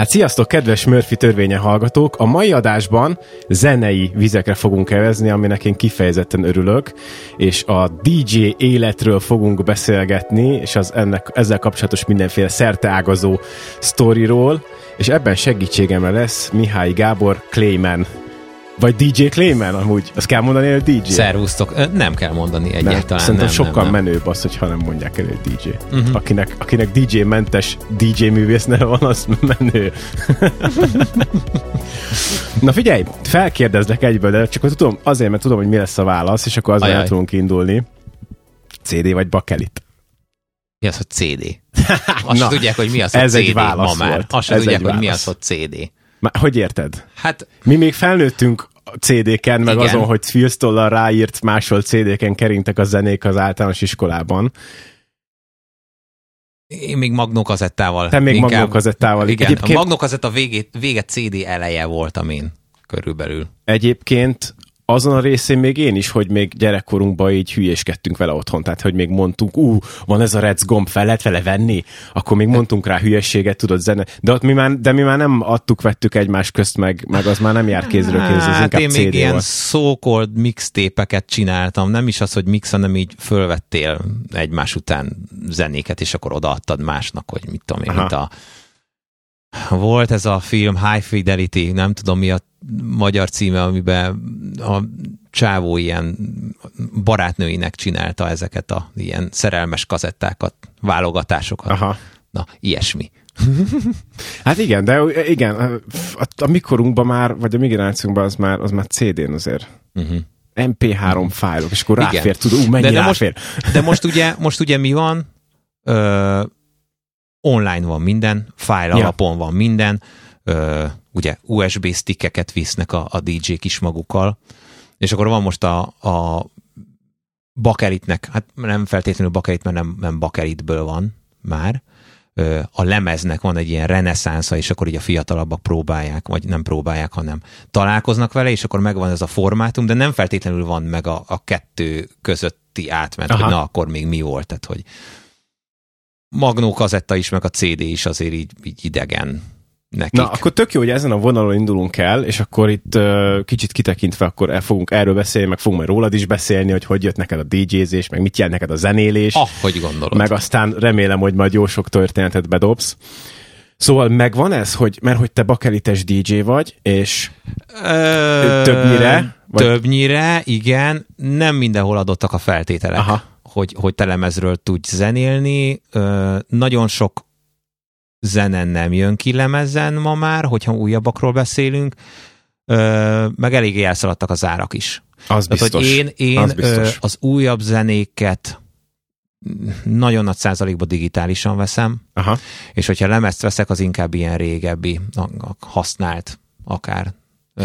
Hát sziasztok, kedves Murphy törvénye hallgatók! A mai adásban zenei vizekre fogunk kevezni, aminek én kifejezetten örülök, és a DJ életről fogunk beszélgetni, és ezzel kapcsolatos mindenféle szerteágazó sztoriról, és ebben segítségemre lesz Mihály Gábor Clayman. Vagy DJ Clayman amúgy. Azt kell mondani, hogy DJ? Szervusztok. Nem kell mondani egyáltalán. Szerintem nem, sokkal nem. menőbb az, hogyha nem mondják el, hogy DJ. Akinek DJ-mentes DJ művész neve van, az menő. Na figyelj, felkérdezlek egyből, de csak tudom, azért, mert tudom, hogy mi lesz a válasz, és akkor azért el tudunk indulni. CD vagy bakelit? Mi az, hogy CD? Azt se tudják, hogy mi az, hogy ez CD egy válasz ma már. volt. Azt se tudják, hogy mi az, hogy CD. Már hogy érted? Hát mi még felnőttünk CD-ken, meg igen. azon, hogy Filztollal ráírt máshol CD-ken keringtek a zenék az általános iskolában. Én még magnókazettával. Te még magnókazettával. Igen, egyébként... a magnókazetta vége CD eleje voltam én körülbelül. Egyébként azon a részén még én is, hogy még gyerekkorunkban így hülyéskedtünk vele otthon, tehát hogy még mondtunk, van ez a rec gomb, fel lehet vele venni, akkor még mondtunk rá hülyességet, tudod, zene, de mi már nem vettük egymás közt, meg az már nem jár kézről kézre, hát inkább én CD még ilyen volt. so-called mixtépeket csináltam, nem is az, hogy mix, hanem így fölvettél egymás után zenéket, és akkor odaadtad másnak, hogy mit tudom én, mint volt ez a film High Fidelity, nem tudom mi a magyar címe, amiben a csávó ilyen barátnőinek csinálta ezeket a ilyen szerelmes kazettákat, válogatásokat. Aha. Na, ilyesmi. Hát igen, de igen, a mikorunkban már, vagy a mi generációnkban az már CD-n azért. MP3 fájlok, és akkor ráfér, tudod, mennyi ráfér. De most ugye mi van? Online van minden, fájl alapon van minden, ugye USB stickeket visznek a DJ-k is magukkal, és akkor van most a bakelitnek, hát nem feltétlenül bakelit, mert nem bakelitből van már, a lemeznek van egy ilyen reneszánsza, és akkor így a fiatalabbak próbálják, vagy nem próbálják, hanem találkoznak vele, és akkor megvan ez a formátum, de nem feltétlenül van meg a kettő közötti átment, hogy na, akkor még mi volt, tehát hogy magnókazetta is, meg a CD is azért így idegen nekik. Na, akkor tök jó, hogy ezen a vonalon indulunk el, és akkor itt kicsit kitekintve akkor fogunk erről beszélni, meg fogunk majd rólad is beszélni, hogy jött neked a DJ-zés, meg mit jelent neked a zenélés. Hogy gondolod. Meg aztán remélem, hogy majd jó sok történetet bedobsz. Szóval megvan ez, mert hogy te bakelites DJ vagy, és többnyire? Többnyire, igen. Nem mindenhol adottak a feltételek. Aha. Hogy te lemezről tudj zenélni. Nagyon sok zene nem jön ki lemezen ma már, hogyha újabbakról beszélünk, meg eléggé elszaladtak az árak is. Az biztos. Tehát, hogy én az újabb zenéket nagyon nagy százalékban digitálisan veszem, és hogyha lemezt veszek, az inkább ilyen régebbi, használt akár.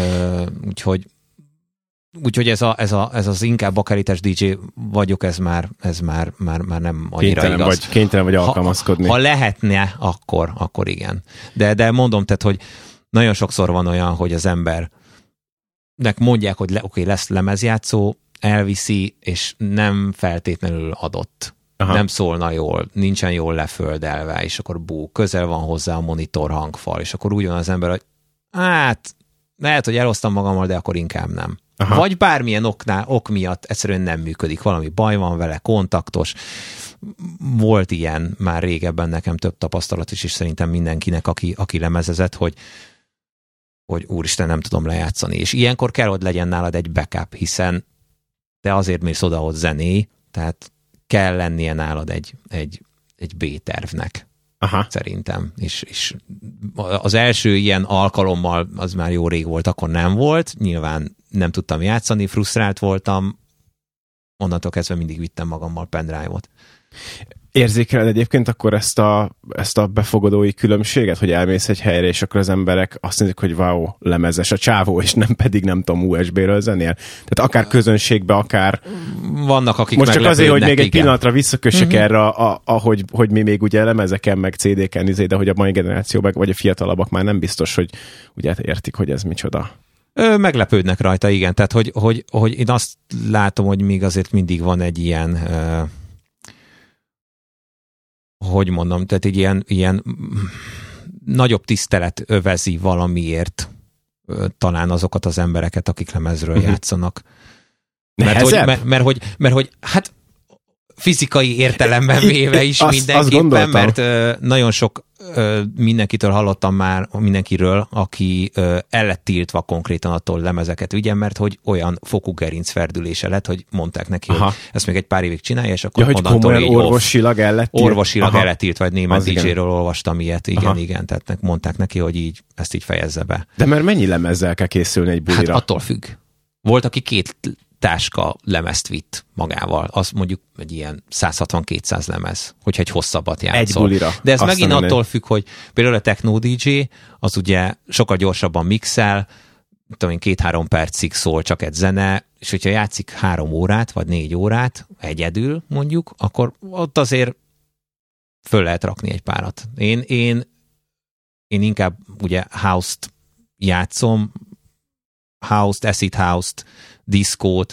Úgyhogy ez az inkább bakelites DJ vagyok, ez már nem annyira igaz. Kénytelen vagy alkalmazkodni. Ha lehetne, akkor igen. De mondom, tehát, hogy nagyon sokszor van olyan, hogy az embernek mondják, hogy oké, lesz lemezjátszó, elviszi, és nem feltétlenül adott. Aha. Nem szólna jól, nincsen jól leföldelve, és akkor közel van hozzá a monitor hangfal, és akkor úgy van az ember, hogy hát lehet, hogy elhoztam magammal, de akkor inkább nem. Aha. Vagy bármilyen ok miatt egyszerűen nem működik, valami baj van vele, kontaktos. Volt ilyen már régebben, nekem több tapasztalat is, és szerintem mindenkinek, aki lemezezett, hogy úristen, nem tudom lejátszani. És ilyenkor kell, hogy legyen nálad egy backup, hiszen te azért mész oda, hogy zené, tehát kell lennie nálad egy B-tervnek. Aha. Szerintem. És az első ilyen alkalommal, az már jó rég volt, akkor nem volt. Nyilván nem tudtam játszani, frusztrált voltam. Onnantól kezdve mindig vittem magammal pendrive-ot. Érzékeled egyébként akkor ezt a befogadói különbséget, hogy elmész egy helyre, és akkor az emberek azt mondják, hogy wow, lemezes a csávó, és nem pedig nem tudom, USB-ről zenél. Tehát akár közönségbe, akár... Vannak, akik most csak azért, hogy még egy igen. pillanatra visszakössek erre, hogy mi még ugye lemezeken, meg CD-ken, de hogy a mai generáció, vagy a fiatalabbak már nem biztos, hogy ugye értik, hogy ez micsoda. Meglepődnek rajta, igen. Tehát, hogy én azt látom, hogy még azért mindig van egy ilyen... hogy mondom, tehát egy ilyen nagyobb tisztelet övezi valamiért talán azokat az embereket, akik lemezről játszanak. Mert hogy hát fizikai értelemben véve is mindenképpen, mert nagyon sok mindenkitől hallottam már, mindenkiről, aki el lett tiltva konkrétan attól lemezeket vigyen, mert hogy olyan fokú gerincferdülése lett, hogy mondták neki, hogy ezt még egy pár évig csinálja, és akkor onnantól így orvosilag el lett tiltva. Orvosilag el lett tiltva, egy német DJ-ről olvastam ilyet, igen, tehát mondták neki, hogy így ezt így fejezze be. De mert mennyi lemezzel kell készülni egy bulira? Hát attól függ. Volt, aki 2 táska lemezt vitt magával, az mondjuk egy ilyen 160-200 lemez, hogyha egy hosszabbat játszol. Egy bulira. De ez megint attól függ, hogy például a techno DJ, az ugye sokkal gyorsabban mixel, tudom én 2-3 percig szól csak egy zene, és hogyha játszik 3 órát, vagy 4 órát egyedül mondjuk, akkor ott azért föl lehet rakni egy párat. Én inkább ugye house-t játszom, house-t, acid house-t, diszkót,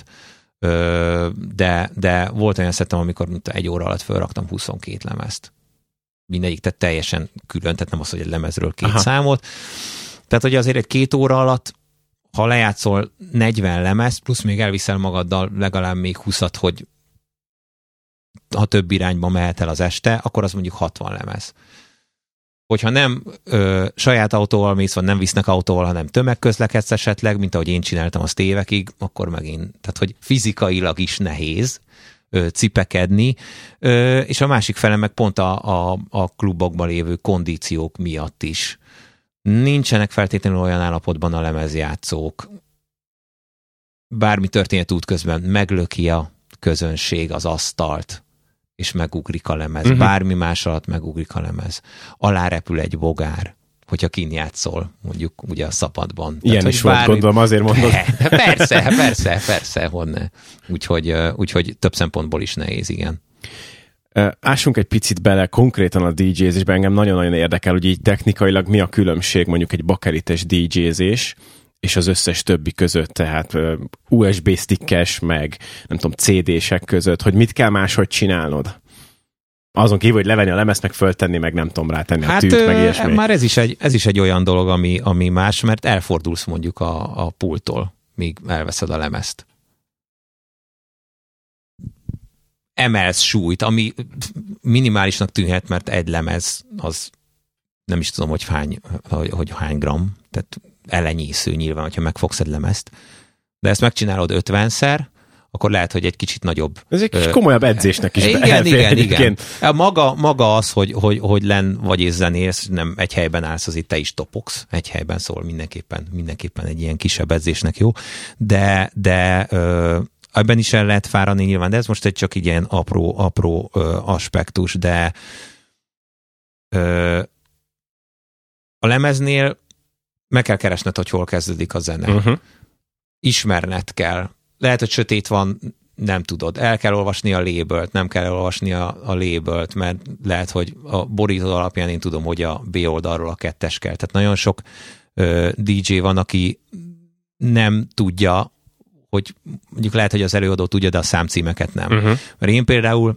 de volt olyan szettem, amikor 1 óra alatt felraktam 22 lemezt. Mindegyik, tehát teljesen külön, tehát nem az, hogy egy lemezről 2 számot. Tehát, hogy azért egy 2 óra alatt, ha lejátszol 40 lemezt, plusz még elviszel magaddal legalább még 20-at, hogy ha több irányba mehet el az este, akkor az mondjuk 60 lemez. Hogyha nem saját autóval mész, vagy nem visznek autóval, hanem tömegközlekedsz esetleg, mint ahogy én csináltam azt évekig, akkor megint, tehát hogy fizikailag is nehéz cipekedni, és a másik fele meg pont a klubokban lévő kondíciók miatt is. Nincsenek feltétlenül olyan állapotban a lemezjátszók. Bármi történet útközben meglöki a közönség az asztalt, és megugrik a lemez. Bármi más alatt megugrik a lemez. Alárepül egy bogár, hogyha kin játszol, mondjuk ugye a szabadban. Ilyen tehát, is volt, gondolom, azért mondod. Persze, honne. Úgyhogy több szempontból is nehéz, igen. Ássunk egy picit bele konkrétan a DJ-zésben, engem nagyon-nagyon érdekel, hogy így technikailag mi a különbség mondjuk egy bakerites DJ-zés és az összes többi között, tehát USB stickes, meg nem tudom, CD-sek között, hogy mit kell máshogy csinálnod? Azon kívül, hogy levenni a lemezt, meg föltenni, meg nem tudom rátenni a tűt, meg ilyesmi. Már ez is egy olyan dolog, ami más, mert elfordulsz mondjuk a pulttól, míg elveszed a lemezt. Emelsz súlyt, ami minimálisnak tűnhet, mert egy lemez, az nem is tudom, hogy hány gram, tehát elenyésző nyilván, hogyha megfogsz egy lemezt, de ezt megcsinálod 50-szer, akkor lehet, hogy egy kicsit nagyobb. Ez egy kis komolyabb edzésnek is. Igen. Maga az, hogy len vagy és zenélsz, nem egy helyben állsz, az itt te is topogsz. Egy helyben, szól mindenképpen egy ilyen kisebb edzésnek jó. De ebben is el lehet fáradni nyilván, de ez most egy csak így ilyen apró aspektus, de a lemeznél meg kell keresned, hogy hol kezdődik a zene. Ismerned kell. Lehet, hogy sötét van, nem tudod. El kell olvasni a labelt, nem kell elolvasni a labelt, mert lehet, hogy a borító alapján én tudom, hogy a B oldalról a 2-es kell. Tehát nagyon sok DJ van, aki nem tudja, hogy mondjuk lehet, hogy az előadó tudja, de a számcímeket nem. Mert én például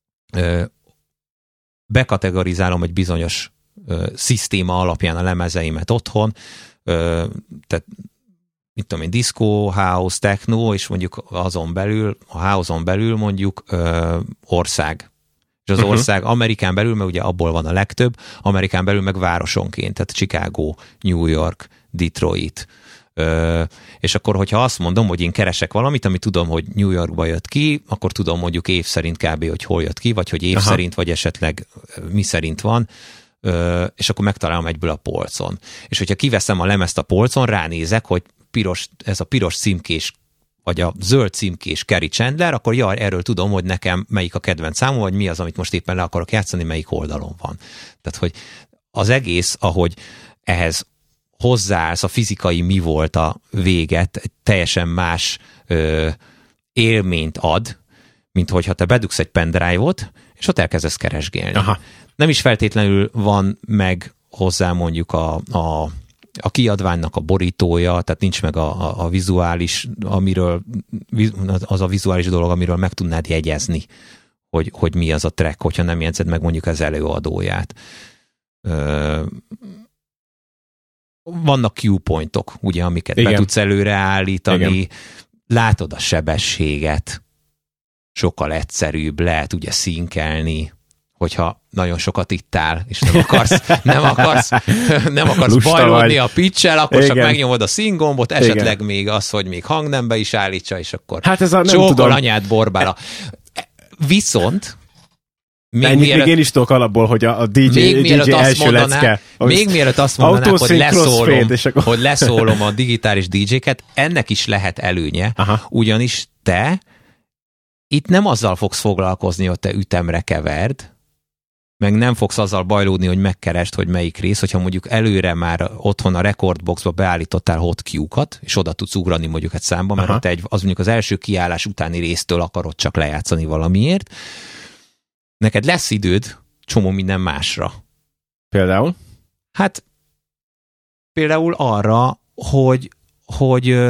bekategorizálom egy bizonyos szisztéma alapján a lemezeimet otthon, tehát mit tudom én, disco, house, techno, és mondjuk azon belül, a house-on belül mondjuk ország. És az ország Amerikán belül, mert ugye abból van a legtöbb, Amerikán belül meg városonként, tehát Chicago, New York, Detroit. És akkor, hogyha azt mondom, hogy én keresek valamit, ami tudom, hogy New Yorkba jött ki, akkor tudom mondjuk év szerint kb. Hogy hol jött ki, vagy hogy év szerint, vagy esetleg mi szerint van, és akkor megtalálom egyből a polcon. És hogyha kiveszem a lemezt a polcon, ránézek, hogy ez a piros címkés, vagy a zöld címkés Kerry Chandler, akkor erről tudom, hogy nekem melyik a kedvenc számom, vagy mi az, amit most éppen le akarok játszani, melyik oldalon van. Tehát, hogy az egész, ahogy ehhez hozzáállsz, a fizikai mi volt a véget, egy teljesen más élményt ad, mint hogyha te bedugsz egy pendrive-ot, és ott elkezdesz keresgélni. Nem is feltétlenül van meg hozzá mondjuk a kiadványnak a borítója, tehát nincs meg a vizuális, az a vizuális dolog, amiről meg tudnád jegyezni, hogy mi az a track, hogyha nem jegyzed meg mondjuk az előadóját. vannak cue pointok, ugye, amiket be tudsz előre állítani, igen. Látod a sebességet, sokkal egyszerűbb, lehet ugye színkelni, hogyha nagyon sokat ittál, és nem akarsz bajlódni a pitch-el, akkor csak megnyomod a színgombot, esetleg igen. Még az, hogy még hangnembe is állítsa, és akkor hát ez csókol anyát borbála. Viszont még én is tudok alapból, hogy a DJ első lecke. Még mielőtt azt mondanák, hogy leszólom a digitális DJ-ket, ennek is lehet előnye, ugyanis te itt nem azzal fogsz foglalkozni, hogy te ütemre keverd, meg nem fogsz azzal bajlódni, hogy megkeresd, hogy melyik rész, hogyha mondjuk előre már otthon a recordboxba beállítottál hot cue-kat, és oda tudsz ugrani mondjuk egy számba, mert ott az mondjuk az első kiállás utáni résztől akarod csak lejátszani valamiért, neked lesz időd csomó minden másra. Például? Hát például arra, hogy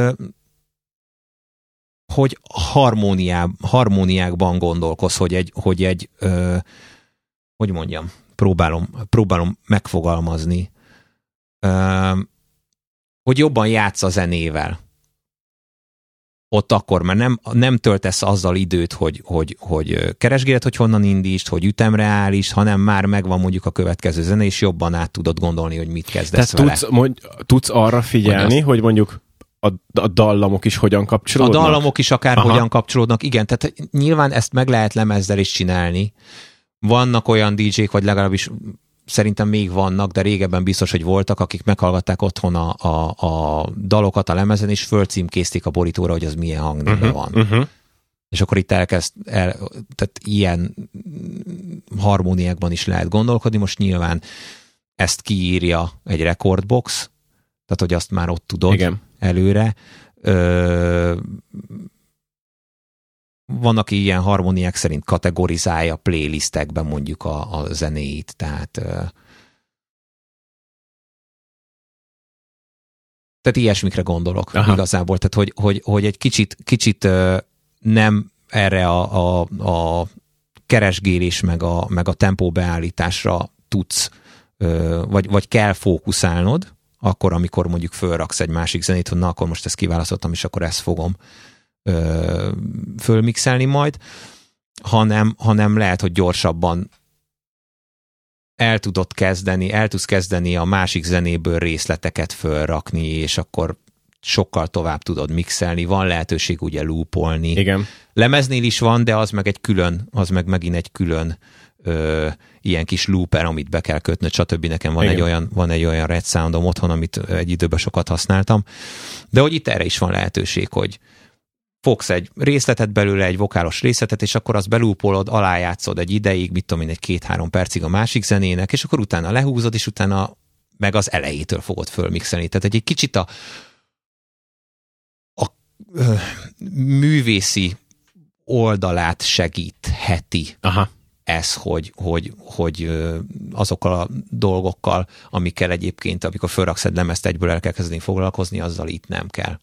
harmóniákban gondolkoz, hogy mondjam, próbálom megfogalmazni, hogy jobban játsz a zenével. Ott akkor, mert nem töltesz azzal időt, hogy keresgéled, hogy honnan indítsd, hogy ütemre állítsd, hanem már megvan mondjuk a következő zene, és jobban át tudod gondolni, hogy mit kezdesz vele. Tudsz arra figyelni, hogy mondjuk a dallamok is hogyan kapcsolódnak? A dallamok is akár hogyan kapcsolódnak, igen. Tehát nyilván ezt meg lehet lemezzel is csinálni. Vannak olyan DJ-k, vagy legalábbis szerintem még vannak, de régebben biztos, hogy voltak, akik meghallgatták otthon a dalokat a lemezen, és fölcímkézték a borítóra, hogy az milyen hangnemben van. És akkor itt tehát ilyen harmóniákban is lehet gondolkodni. Most nyilván ezt kiírja egy recordbox, tehát hogy azt már ott tudod igen. Előre. Van, aki ilyen harmóniák szerint kategorizálja playlistekben mondjuk a zenéit, tehát ilyesmikre gondolok igazából, tehát hogy egy kicsit nem erre a keresgélés meg a tempó beállításra tudsz, vagy kell fókuszálnod, akkor, amikor mondjuk fölraksz egy másik zenét, hogy na, akkor most ezt kiválasztottam, és akkor ezt fogom fölmixelni majd, hanem lehet, hogy gyorsabban el tudsz kezdeni a másik zenéből részleteket fölrakni, és akkor sokkal tovább tudod mixelni. Van lehetőség ugye loopolni. Igen. Lemeznél is van, de az meg megint egy külön ilyen kis looper, amit be kell kötnöd, stb. Nekem van egy olyan Red Soundom otthon, amit egy időben sokat használtam. De hogy itt erre is van lehetőség, hogy fogsz egy részletet belőle, egy vokálos részletet, és akkor azt belúpolod, alájátszod egy ideig, mit tudom én, egy 2-3 percig a másik zenének, és akkor utána lehúzod, és utána meg az elejétől fogod fölmixelni. Tehát egy kicsit a művészi oldalát segítheti ez, hogy azokkal a dolgokkal, amikkel egyébként, amikor fölraksz egy lemezt, egyből el kell kezdeni foglalkozni, azzal itt nem kell.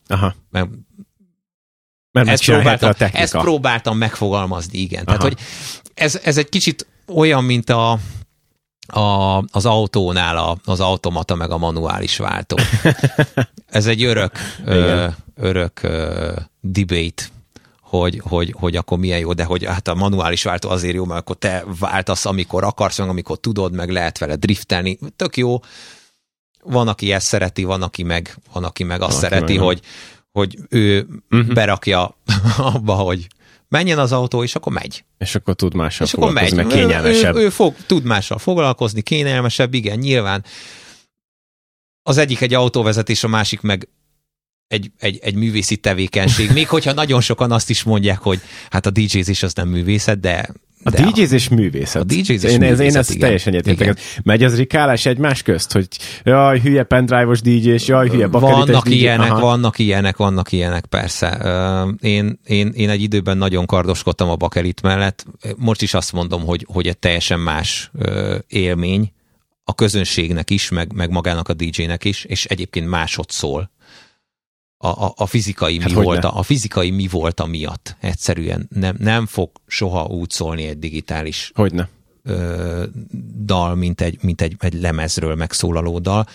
Mert ezt próbáltam megfogalmazni, igen. Tehát, hogy ez egy kicsit olyan, mint az autónál az automata meg a manuális váltó. Ez egy örök debate, hogy akkor milyen jó, de hogy hát a manuális váltó azért jó, mert akkor te váltasz, amikor akarsz, meg amikor tudod, meg lehet vele driftelni. Tök jó. Van, aki ezt szereti, van, aki meg azt szereti, hogy ő berakja abba, hogy menjen az autó, és akkor megy. És akkor tud mással foglalkozni, meg kényelmesebb. Ő tud mással foglalkozni, kényelmesebb, igen, nyilván. Az egyik egy autóvezetés, a másik meg egy művészi tevékenység. Még hogyha nagyon sokan azt is mondják, hogy hát a DJ-zés az nem művészet, de a DJ-zés művészet. A DJ-zés én művészet, ezt teljesen egyetértek. Megy az rikálás egymás közt, hogy jaj, hülye pendrive-os DJ-s, jaj, hülye bakelites DJ. Vannak ilyenek, persze. Én egy időben nagyon kardoskodtam a bakelit mellett. Most is azt mondom, hogy egy teljesen más élmény a közönségnek is, meg magának a DJ-nek is, és egyébként másod szól. A fizikai mi volt miatt. Egyszerűen nem fog soha úgy szólni egy digitális dal, mint egy lemezről megszólaló dal.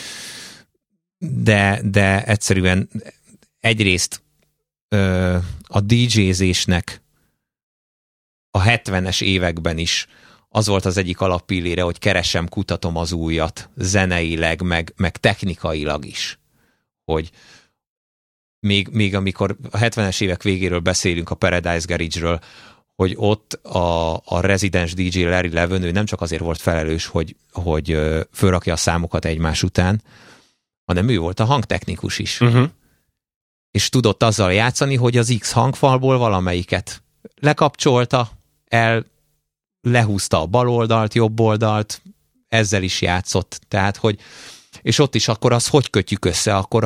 De egyszerűen egyrészt a DJ-zésnek a 70-es években is az volt az egyik alappillére, hogy keresem, kutatom az újat, zeneileg, meg technikailag is. Hogy még amikor a 70-es évek végéről beszélünk a Paradise Garage-ről, hogy ott a rezidens DJ Larry Levin, ő nem csak azért volt felelős, hogy fölrakja a számokat egymás után, hanem ő volt a hangtechnikus is. És tudott azzal játszani, hogy az X hangfalból valamelyiket lekapcsolta, lehúzta a bal oldalt, jobb oldalt, ezzel is játszott. Tehát, hogy és ott is akkor az, hogy kötjük össze, akkor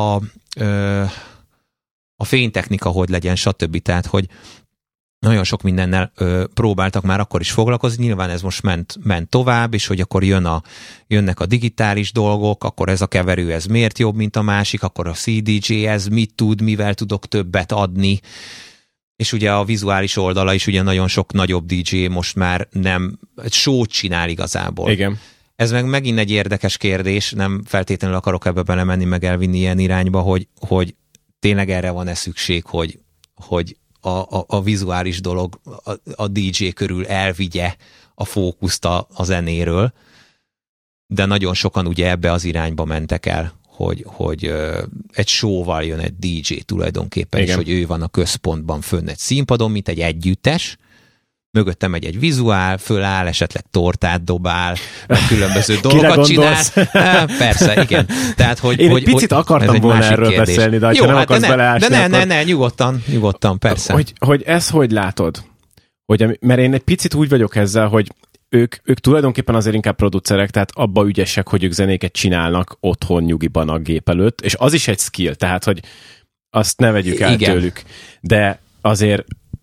a fénytechnika hogy legyen, stb. Tehát, hogy nagyon sok mindennel próbáltak már akkor is foglalkozni, nyilván ez most ment tovább, és hogy akkor jönnek a digitális dolgok, akkor ez a keverő, ez miért jobb, mint a másik, akkor a CDJ, ez mit tud, mivel tudok többet adni, és ugye a vizuális oldala is ugye nagyon sok nagyobb DJ most már nem, egy show-t csinál igazából. Igen. Ez megint egy érdekes kérdés, nem feltétlenül akarok ebbe belemenni, meg elvinni ilyen irányba, hogy tényleg erre van-e szükség, hogy a vizuális dolog a DJ körül elvigye a fókuszt a zenéről, de nagyon sokan ugye ebbe az irányba mentek el, hogy egy show-val jön egy DJ tulajdonképpen, igen. És hogy ő van a központban fönn egy színpadon, mint egy együttes, mögöttem megy egy vizuál, föláll, esetleg tortát dobál, meg különböző dolgokat csinál. Persze, igen. Tehát, én egy picit akartam volna erről kérdés. Beszélni, de ha nem akarsz beleásni, de nyugodtan, persze. Hogy ezt hogy látod? Mert én egy picit úgy vagyok ezzel, hogy ők tulajdonképpen azért inkább producerek, tehát abba ügyesek, hogy ők zenéket csinálnak otthon nyugiban a gép előtt, és az is egy skill, tehát, hogy azt ne vegyük el tőlük. De azért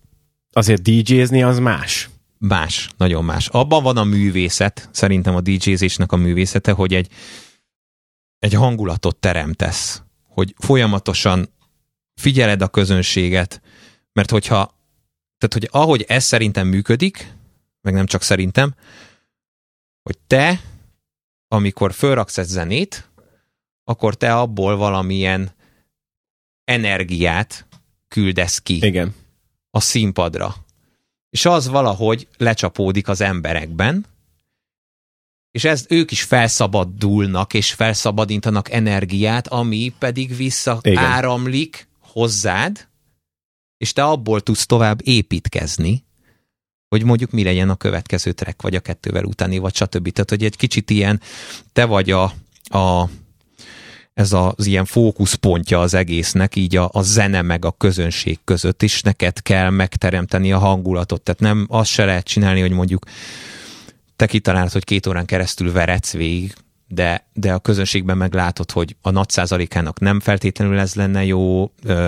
DJ-zni az más. Más, nagyon más. Abban van a művészet, szerintem a DJ-zésnek a művészete, hogy egy hangulatot teremtesz, hogy folyamatosan figyeled a közönséget, mert tehát, hogy ahogy ez szerintem működik, meg nem csak szerintem, hogy te, amikor fölraksz egy zenét, akkor te abból valamilyen energiát küldesz ki. Igen. A színpadra. És az valahogy lecsapódik az emberekben, és ők is felszabadulnak, és felszabadítanak energiát, ami pedig visszaáramlik hozzád, és te abból tudsz tovább építkezni, hogy mondjuk mi legyen a következő track, vagy a 2-vel utáni, vagy stb. Tehát, hogy egy kicsit ilyen, te vagy ez az ilyen fókuszpontja az egésznek, így a zene meg a közönség között is neked kell megteremteni a hangulatot. Tehát nem azt se lehet csinálni, hogy mondjuk te kitalálod, hogy 2 órán keresztül veretsz végig, de a közönségben meglátod, hogy a nagy százalékának nem feltétlenül ez lenne jó,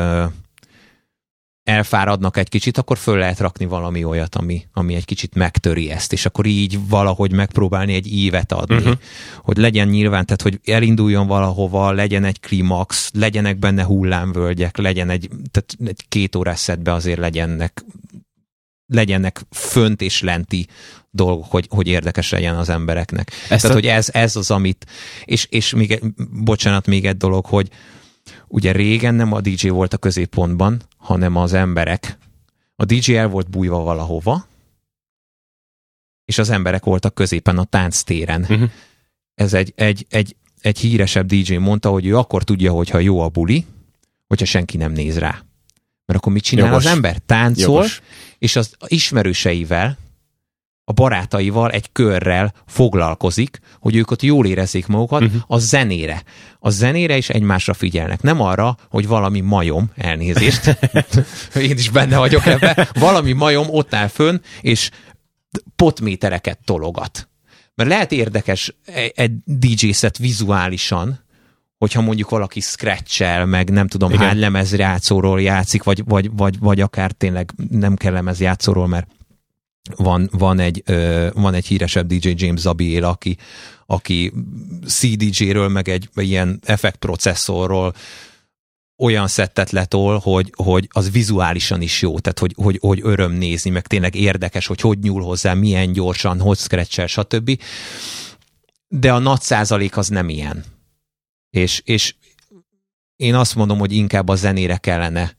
elfáradnak egy kicsit, akkor föl lehet rakni valami olyat, ami egy kicsit megtöri ezt, és akkor így valahogy megpróbálni egy ívet adni. Hogy legyen nyilván, tehát hogy elinduljon valahova, legyen egy klimax, legyenek benne hullámvölgyek, legyen egy 2 órás szedbe azért legyenek fönt és lenti dolgok, hogy érdekes legyen az embereknek. Hogy ez az, amit és még egy dolog, hogy ugye régen nem a DJ volt a középpontban, hanem az emberek. A DJ el volt bújva valahova, és az emberek voltak középen a tánctéren. Ez egy híresebb DJ mondta, hogy ő akkor tudja, hogyha jó a buli, hogyha senki nem néz rá. Mert akkor mit csinál az ember? Táncol, és az ismerőseivel, a barátaival egy körrel foglalkozik, hogy ők ott jól érezzék magukat a zenére. A zenére is egymásra figyelnek. Nem arra, hogy valami majom, elnézést, én is benne vagyok ebben, valami majom ott áll fönn, és potmétereket tologat. Mert lehet érdekes egy DJ-szet vizuálisan, hogyha mondjuk valaki scratch-el, meg nem tudom, hány lemezjátszóról játszik, vagy akár tényleg nem kell lemezjátszóról, mert van egy híresebb DJ, James Zabiel, aki CDJ-ről, meg egy ilyen effektprocesszorról olyan szettet letol, hogy az vizuálisan is jó, tehát hogy öröm nézni, meg tényleg érdekes, hogy nyúl hozzá, milyen gyorsan, hogy scratchel, stb. De a nagy százalék az nem ilyen. És én azt mondom, hogy inkább a zenére kellene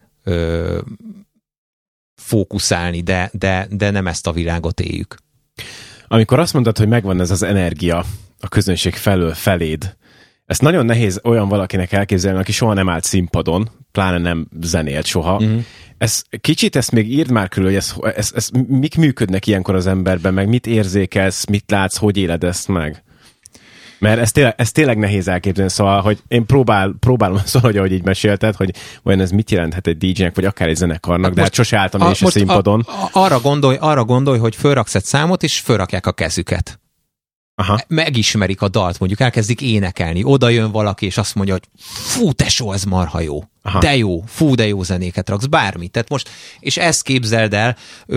fókuszálni, de nem ezt a világot éljük. Amikor azt mondod, hogy megvan ez az energia a közönség felől feléd, ezt nagyon nehéz olyan valakinek elképzelni, aki soha nem állt színpadon, pláne nem zenélt soha. Ezt még írd már körül, hogy ez mik működnek ilyenkor az emberben, meg mit érzékelsz, mit látsz, hogy éled ezt meg? Mert ez tényleg nehéz elképzelni, szóval, hogy én próbálom szóval, ahogy így mesélted, hogy vajon ez mit jelenthet egy DJ-nek, vagy akár egy zenekarnak, de hát sose álltam én is a színpadon. Arra gondolj, hogy fölraksz egy számot, és fölrakják a kezüket. Aha. Megismerik a dalt, mondjuk elkezdik énekelni, oda jön valaki, és azt mondja, hogy fú, tesó, ez marha jó. Aha. De jó, fú, de jó zenéket raksz, bármit. Tehát most, és ezt képzeld el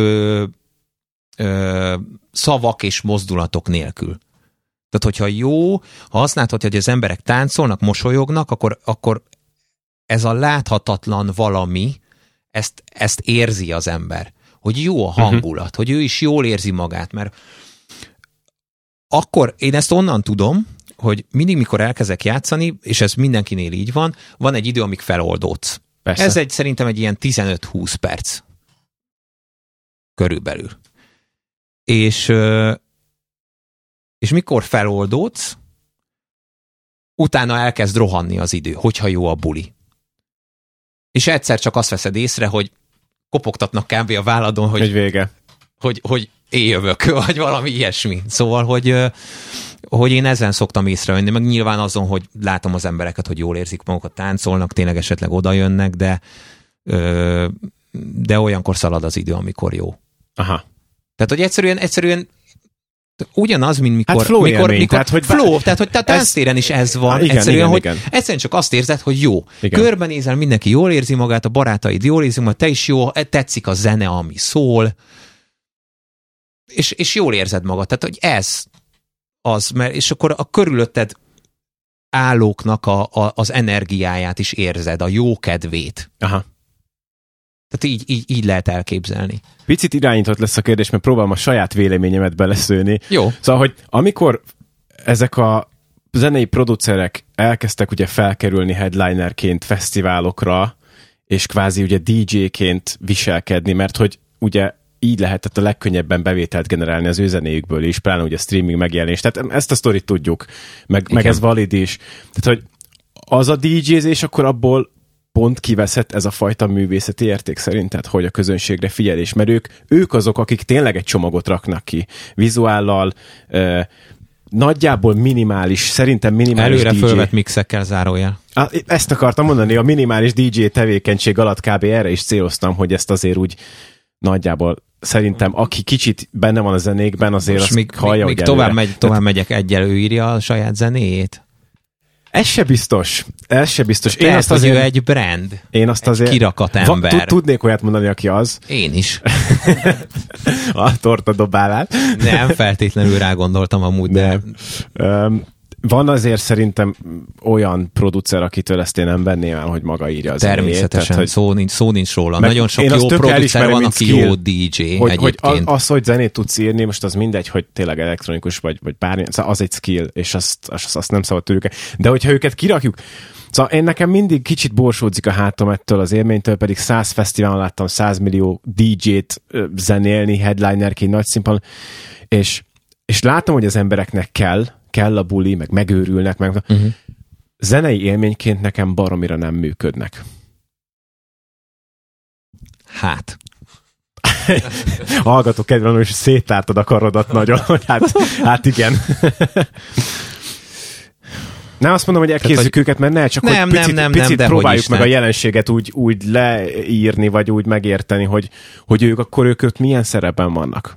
szavak és mozdulatok nélkül. Tehát, hogyha jó, ha azt látod, hogy az emberek táncolnak, mosolyognak, akkor ez a láthatatlan valami, ezt érzi az ember. Hogy jó a hangulat, hogy ő is jól érzi magát, mert akkor én ezt onnan tudom, hogy mindig, mikor elkezdek játszani, és ez mindenkinél így van egy idő, amíg feloldódsz. Persze. Ez szerintem egy ilyen 15-20 perc. Körülbelül. És mikor feloldódsz, utána elkezd rohanni az idő, hogyha jó a buli. És egyszer csak azt veszed észre, hogy kopogtatnak kb. A válladon, hogy vége. Hogy éjjövök, vagy valami ilyesmi. Szóval, hogy én ezen szoktam észrevenni, meg nyilván azon, hogy látom az embereket, hogy jól érzik magukat, táncolnak, tényleg esetleg oda jönnek, de olyankor szalad az idő, amikor jó. Aha. Tehát, hogy egyszerűen ugyanaz, mint mikor... Hát flow élmény. Tehát, hogy tánctéren is ez van. Igen, egyszerűen csak azt érzed, hogy jó. Igen. Körbenézel, mindenki jól érzi magát, a barátaid jól érzi magát, te is jó, tetszik a zene, ami szól, és jól érzed magad. Tehát, hogy ez az, és akkor a körülötted állóknak az energiáját is érzed, a jó kedvét. Aha. Tehát így lehet elképzelni. Picit irányított lesz a kérdés, mert próbálom a saját véleményemet beleszőni. Jó. Szóval, hogy amikor ezek a zenei producerek elkezdtek ugye felkerülni headlinerként fesztiválokra, és kvázi ugye DJ-ként viselkedni, mert hogy ugye így lehetett a legkönnyebben bevételt generálni az ő zenéjükből is, pláne ugye streaming megjelenés. Tehát ezt a sztorit tudjuk, meg ez valid is. Tehát, hogy az a DJ-zés akkor abból pont kiveszett ez a fajta művészeti érték szerinted, hogy a közönségre figyelés, mert ők azok, akik tényleg egy csomagot raknak ki, vizuállal, nagyjából szerintem minimális előre DJ. fölvett mixekkel zárójel. Ezt akartam mondani, a minimális DJ tevékenység alatt kb. Erre is céloztam, hogy ezt azért úgy nagyjából szerintem, aki kicsit benne van a zenékben, azért azt hallja, még tovább megyek, egyel ő írja a saját zenéjét. Ez se biztos. Én azt azért, ő egy brand. Én azt azért kirakat ember. Tudnék olyat mondani, aki az. Én is. A tortadobálát. Nem feltétlenül rágondoltam amúgy, de... Van azért szerintem olyan producer, akitől ezt én nem venném el, hogy maga írja az természetesen, tehát, szó nincs róla. Nagyon sok jó producer van, aki jó DJ egyébként. Hogy az, hogy zenét tudsz írni, most az mindegy, hogy tényleg elektronikus vagy bármi, szóval az egy skill, és azt nem szabad tőlük. De hogyha őket kirakjuk, szóval én nekem mindig kicsit borsódzik a hátam ettől az élménytől, pedig 100 fesztiválon láttam 100 millió DJ-t zenélni, headlinerként, nagy színpadon, és látom, hogy az embereknek kell a buli, meg megőrülnek, meg zenei élményként nekem baromira nem működnek. Hát. Hallgató kedvelem, és széttártad a karodat nagyon, hogy hát igen. Nem azt mondom, hogy elkézzük őket, mert ne, csak nem, hogy picit próbáljuk meg nem. a jelenséget úgy leírni, vagy úgy megérteni, hogy ők milyen szerepben vannak.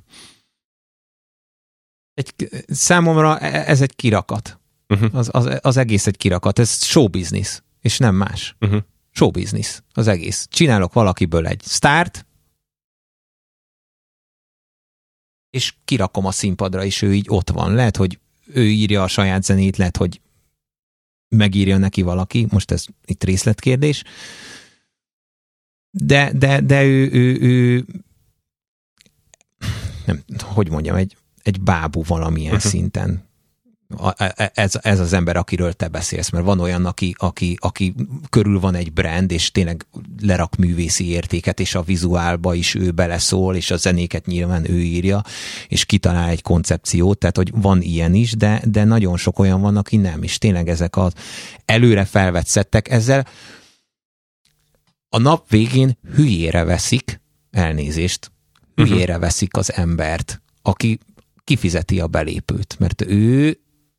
Számomra ez egy kirakat. Az egész egy kirakat. Ez show business, és nem más. Show business, az egész. Csinálok valakiből egy sztárt, és kirakom a színpadra, és ő így ott van. Lehet, hogy ő írja a saját zenét, lehet, hogy megírja neki valaki, most ez itt részletkérdés, de ő nem, hogy mondjam, egy bábú valamilyen szinten. Ez az ember, akiről te beszélsz, mert van olyan, aki körül van egy brand, és tényleg lerak művészi értéket, és a vizuálba is ő beleszól, és a zenéket nyilván ő írja, és kitalál egy koncepciót, tehát hogy van ilyen is, de nagyon sok olyan van, aki nem, és tényleg ezek az előre felvett szettek, ezzel a nap végén hülyére veszik, elnézést, hülyére veszik az embert, aki kifizeti a belépőt, mert ő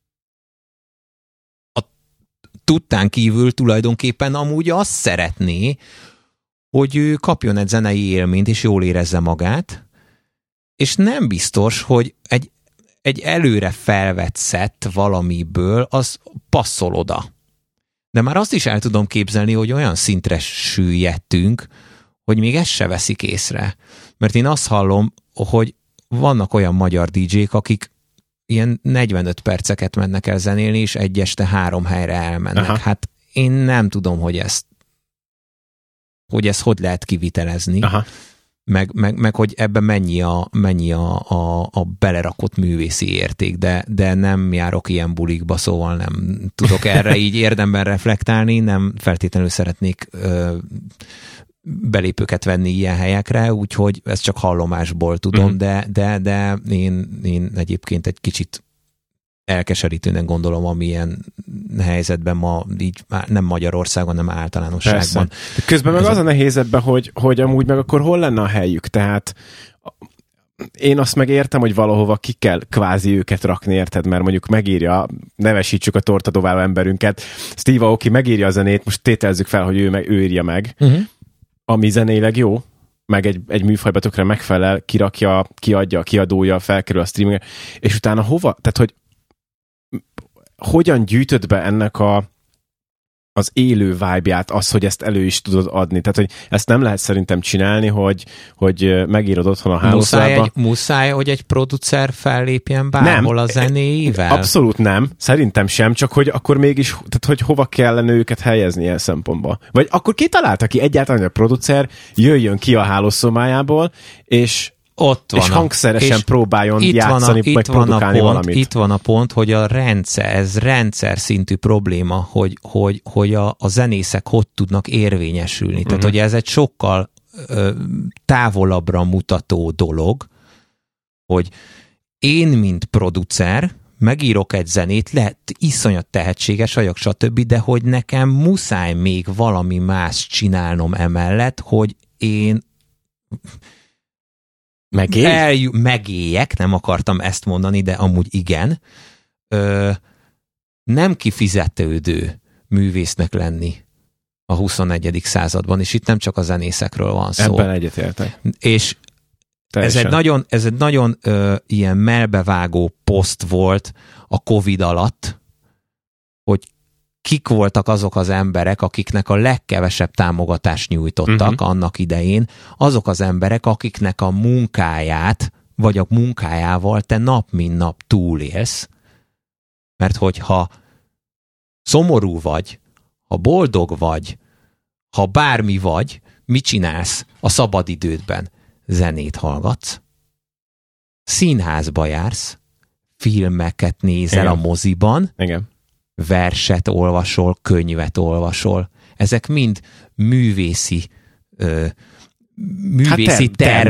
tudtán kívül tulajdonképpen amúgy azt szeretné, hogy ő kapjon egy zenei élményt, és jól érezze magát, és nem biztos, hogy egy előre felvett szett valamiből az passzol oda. De már azt is el tudom képzelni, hogy olyan szintre süllyedtünk, hogy még ezt se veszik észre. Mert én azt hallom, hogy vannak olyan magyar DJ-k, akik ilyen 45 perceket mennek el zenélni, és egy este 3 helyre elmennek. Aha. Hát én nem tudom, hogy ezt hogy lehet kivitelezni, meg hogy ebben mennyi a belerakott művészi érték, de nem járok ilyen bulikba, szóval nem tudok erre így érdemben reflektálni, nem feltétlenül szeretnék belépőket venni ilyen helyekre, úgyhogy ezt csak hallomásból tudom, de én egyébként egy kicsit elkeserítőnek gondolom, amilyen helyzetben ma így nem Magyarországon, hanem általánosságban. De közben meg az a nehéz ebben, hogy amúgy meg akkor hol lenne a helyük, tehát én azt meg értem, hogy valahova ki kell kvázi őket rakni, érted? Mert mondjuk megírja, nevesítsük a tortadobáló emberünket, Steve Aoki megírja a zenét, most tételezzük fel, hogy ő írja meg, ami zenéleg jó, meg egy műfajba tökre megfelel, kirakja, kiadja, kiadója, felkerül a streamingre, és utána hova? Tehát, hogy hogyan gyűjtöd be ennek az élő vibe-ját, az, hogy ezt elő is tudod adni. Tehát, hogy ezt nem lehet szerintem csinálni, hogy megírod otthon a hálószobába. Muszáj, hogy egy producer fellépjen bárhol a zenéivel? Abszolút nem. Szerintem sem, csak hogy akkor mégis, tehát hogy hova kellene őket helyezni ilyen szempontból. Vagy akkor ki találta ki egyáltalán, hogy a producer jöjjön ki a hálószobájából, és ott van, és hangszeresen próbáljon játszani, vagy produkálni valamit. Itt van a pont, hogy ez rendszer szintű probléma, hogy a zenészek hogy tudnak érvényesülni. Tehát, hogy ez egy sokkal távolabbra mutató dolog, hogy én, mint producer, megírok egy zenét, lehet iszonyat tehetséges vagyok, stb., de hogy nekem muszáj még valami más csinálnom emellett, hogy én megéljek, nem akartam ezt mondani, de amúgy igen, nem kifizetődő művésznek lenni a 21. században, és itt nem csak a zenészekről van szó. Ebben egyetértek. És ez egy nagyon ilyen melbevágó poszt volt a Covid alatt, hogy kik voltak azok az emberek, akiknek a legkevesebb támogatást nyújtottak annak idején, azok az emberek, akiknek a munkáját, vagy a munkájával te nap mint nap túlélsz, mert hogyha szomorú vagy, ha boldog vagy, ha bármi vagy, mit csinálsz a szabadidődben? Zenét hallgatsz, színházba jársz, filmeket nézel a moziban, verset olvasol, könyvet olvasol. Ezek mind művészi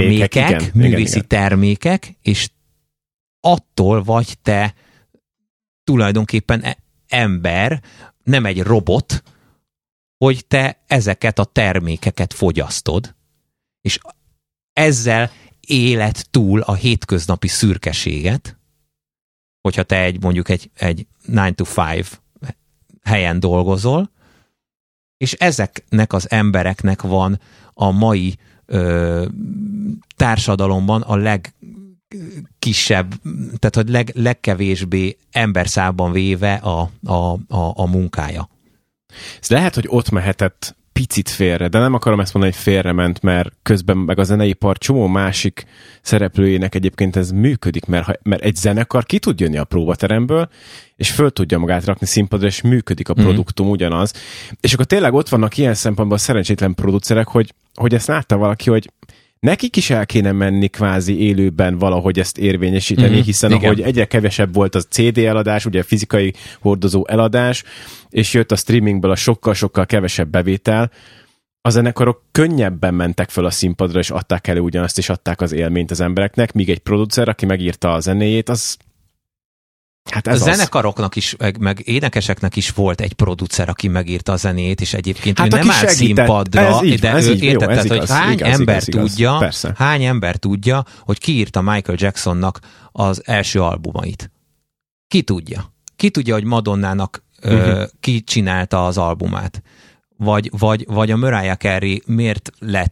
termékek, és attól vagy te tulajdonképpen ember, nem egy robot, hogy te ezeket a termékeket fogyasztod, és ezzel éled túl a hétköznapi szürkeséget, hogyha te mondjuk egy 9 to 5 helyen dolgozol, és ezeknek az embereknek van a mai társadalomban a legkisebb, tehát hogy legkevésbé emberszámban véve a munkája. Ez lehet, hogy ott mehetett picit félre, de nem akarom ezt mondani, hogy félrement, mert közben meg a zeneipar csomó másik szereplőjének egyébként ez működik, mert egy zenekar ki tud jönni a próbateremből, és föl tudja magát rakni színpadra, és működik a produktum ugyanaz. És akkor tényleg ott vannak ilyen szempontból szerencsétlen producerek, hogy ezt látta valaki, hogy nekik is el kéne menni kvázi élőben valahogy ezt érvényesíteni, hiszen igen. Ahogy egyre kevesebb volt az CD eladás, ugye fizikai hordozó eladás, és jött a streamingből a sokkal-sokkal kevesebb bevétel, a zenekarok könnyebben mentek fel a színpadra, és adták elő ugyanazt, és adták az élményt az embereknek, míg egy producer, aki megírta a zenéjét, az hát ez a zenekaroknak is, meg énekeseknek is volt egy producer, aki megírta a zenét, és egyébként hát ő nem állt színpadra, de ő értette, hogy hány ember tudja, hogy kiírta Michael Jacksonnak az első albumait. Ki tudja? Ki tudja, hogy Madonnának ki csinálta az albumát? Vagy a Mariah Carey miért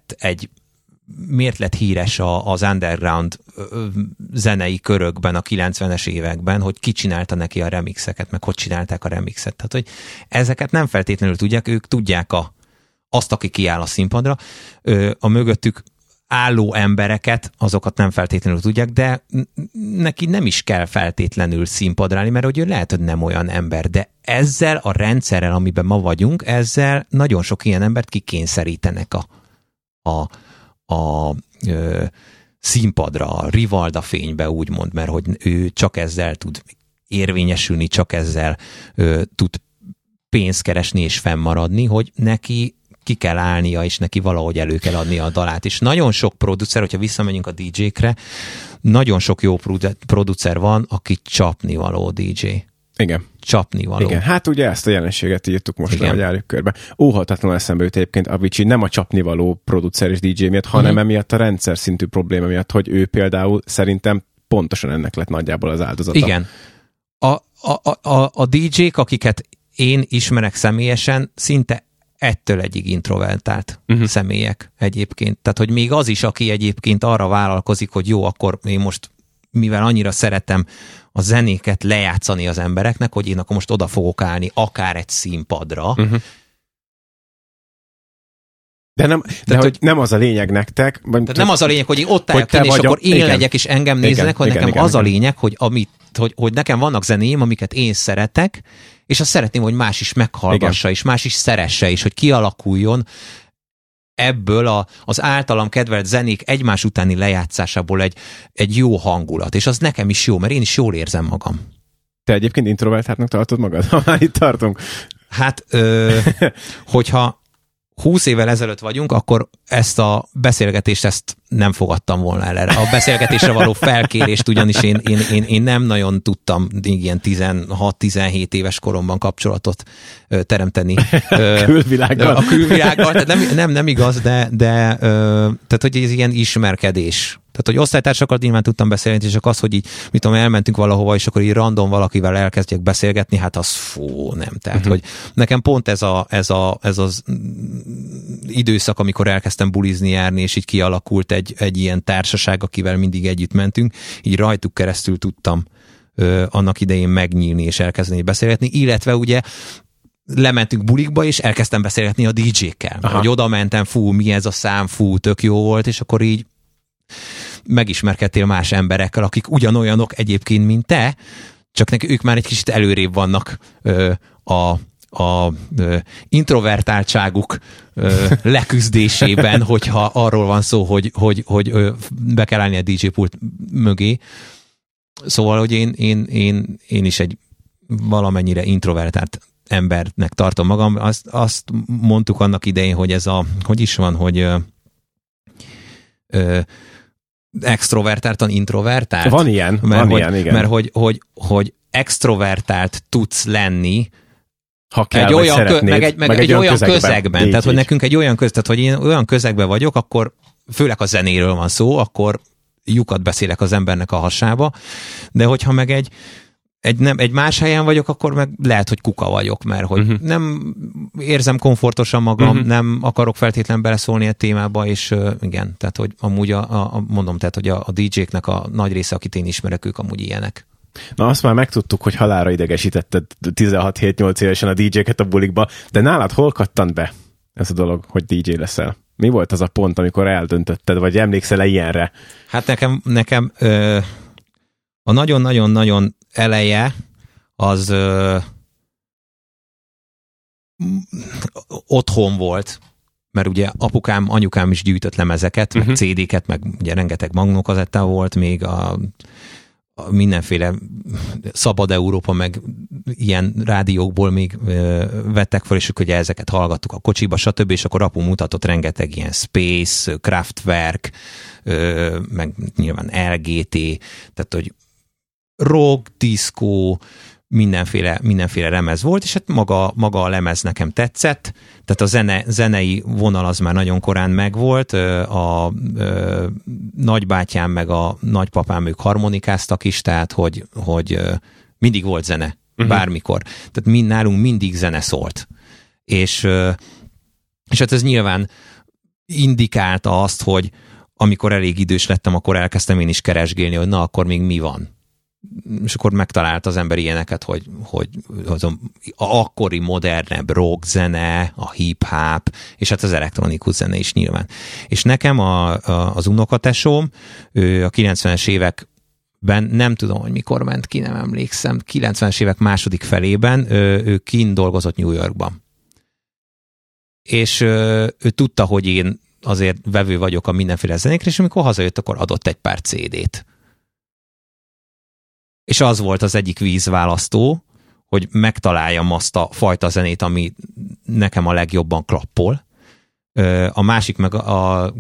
lett híres az underground zenei körökben a 90-es években, hogy ki csinálta neki a remixeket, meg hogy csinálták a remixet. Tehát, hogy ezeket nem feltétlenül tudják, ők tudják azt, aki kiáll a színpadra, a mögöttük álló embereket, azokat nem feltétlenül tudják, de neki nem is kell feltétlenül színpadra állni, mert hogy lehet, hogy nem olyan ember, de ezzel a rendszerrel, amiben ma vagyunk, ezzel nagyon sok ilyen embert kikényszerítenek a színpadra, a Rivalda fénybe úgymond, mert hogy ő csak ezzel tud érvényesülni, csak ezzel tud pénzt keresni és fennmaradni, hogy neki ki kell állnia, és neki valahogy elő kell adnia a dalát. És nagyon sok producer, hogyha visszamegyünk a DJ-kre, nagyon sok jó producer van, aki csapnivaló DJ. Igen. Csapnivaló. Igen, hát ugye ezt a jelenséget írtuk most, hogy járjuk körbe. Óhatatlanul eszembe jut egyébként Avicii nem a csapnivaló producer és DJ miatt, hanem emiatt a rendszer szintű probléma miatt, hogy ő például szerintem pontosan ennek lett nagyjából az áldozata. Igen. A DJ-k, akiket én ismerek személyesen, szinte ettől egyig introvertált személyek egyébként. Tehát, hogy még az is, aki egyébként arra vállalkozik, hogy jó, akkor én most, mivel annyira szeretem a zenéket lejátszani az embereknek, hogy én akkor most oda fogok állni akár egy színpadra. Hogy nem az a lényeg nektek. Nem az a lényeg, hogy én ott álljak én, és akkor én legyek, és engem néznek, hogy nekem az a lényeg, hogy nekem vannak zenéim, amiket én szeretek, és azt szeretném, hogy más is meghallgassa, és más is szeresse, és hogy kialakuljon ebből az általam kedvelt zenék egymás utáni lejátszásából egy jó hangulat. És az nekem is jó, mert én is jól érzem magam. Te egyébként introvertáltnak tartod magad? Ha már itt tartunk. Hát, hogyha 20 évvel ezelőtt vagyunk, akkor ezt a beszélgetést nem fogadtam volna el erre. A beszélgetésre való felkérést, ugyanis én nem nagyon tudtam ilyen 16-17 éves koromban kapcsolatot teremteni. Külvilággal. A külvilággal. Tehát nem igaz, de tehát, hogy ez ilyen ismerkedés. Tehát, hogy osztálytársakkal nyilván tudtam beszélni, és csak az, hogy így, mit tudom, elmentünk valahova, és akkor így random valakivel elkezdjek beszélgetni, hát az nem. Tehát, hogy nekem pont ez az időszak, amikor elkezdtem bulizni, járni, és így kialakult egy ilyen társaság, akivel mindig együtt mentünk, így rajtuk keresztül tudtam annak idején megnyílni, és elkezdeni beszélgetni, illetve ugye lementünk bulikba, és elkezdtem beszélgetni a DJ-kkel. Hogy oda mentem, mi ez a szám, tök jó volt, és akkor így megismerkedtél más emberekkel, akik ugyanolyanok egyébként, mint te, csak ők már egy kicsit előrébb vannak a introvertáltságuk leküzdésében, hogyha arról van szó, hogy be kell állni a DJ pult mögé. Szóval, hogy én is egy valamennyire introvertált embernek tartom magam. Azt mondtuk annak idején, hogy ez hogy is van, hogy extrovertáltan introvertált. Van ilyen, igen. Mert hogy extrovertált tudsz lenni, ha kell, egy olyan egy olyan közegben. Tehát, hogy nekünk egy olyan tehát, hogy én olyan közegben vagyok, akkor főleg a zenéről van szó, akkor lyukat beszélek az embernek a hasába, de hogyha meg egy más helyen vagyok, akkor meg lehet, hogy kuka vagyok, mert hogy nem érzem komfortosan magam, nem akarok feltétlenül beleszólni a témába, és igen, tehát, hogy amúgy mondom, tehát, hogy a DJ-knek a nagy része, akit én ismerek, ők amúgy ilyenek. Na azt már megtudtuk, hogy halálra idegesítetted 16-7-8 évesen a DJ-ket a bulikba, de nálad hol kattant be? ez a dolog, hogy DJ leszel? Mi volt az a pont, amikor eldöntötted, vagy emlékszel-e ilyenre? Hát nekem a nagyon-nagyon-nagyon eleje az otthon volt, mert ugye apukám, anyukám is gyűjtött lemezeket, meg CD-ket, meg ugye rengeteg magnókazettá volt, még a mindenféle Szabad Európa, meg ilyen rádiókból még vettek fel, és ugye ezeket hallgattuk a kocsiba, stb. És akkor apu mutatott rengeteg ilyen Space, Kraftwerk, meg nyilván LGT, tehát hogy rock, diszkó, mindenféle lemez volt, és hát maga a lemez nekem tetszett, tehát a zenei vonal az már nagyon korán megvolt, a nagybátyám meg a nagypapám ők harmonikáztak is, tehát hogy mindig volt zene, bármikor. Tehát nálunk mindig zene szólt. És hát ez nyilván indikálta azt, hogy amikor elég idős lettem, akkor elkezdtem én is keresgélni, hogy na, akkor még mi van. És akkor megtalált az ember ilyeneket, hogy az akkori modernebb rock zene, a hip-hop, és hát az elektronikus zene is nyilván. És nekem az unokatesóm, ő a 90-es években, nem tudom, hogy mikor ment ki, nem emlékszem, 90-es évek második felében ő kint dolgozott New Yorkban. És ő tudta, hogy én azért vevő vagyok a mindenféle zenékre, és amikor hazajött, akkor adott egy pár CD-t. És az volt az egyik vízválasztó, hogy megtaláljam azt a fajta zenét, ami nekem a legjobban klappol. A másik meg a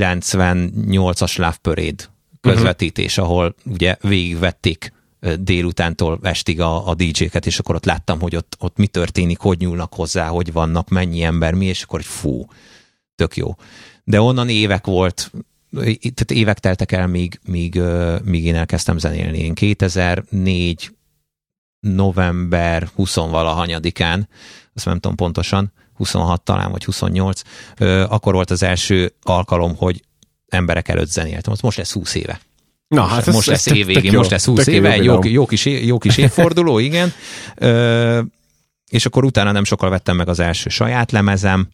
98-as Love Parade közvetítés, ahol ugye végigvették délutántól estig a DJ-ket, és akkor ott láttam, hogy ott mi történik, hogy nyúlnak hozzá, hogy vannak, mennyi ember, mi, és akkor fú, tök jó. De onnan évek volt, tehát évek teltek el, míg én elkezdtem zenélni. Én 2004 november 20-valahanyadikán, azt nem tudom pontosan, 26 talán, vagy 28, akkor volt az első alkalom, hogy emberek előtt zenéltem. Most lesz 20 éve. Na, hát most lesz évvégén, most lesz 20 éve, egy jó kis évforduló, igen. És akkor utána nem sokkal vettem meg az első saját lemezem,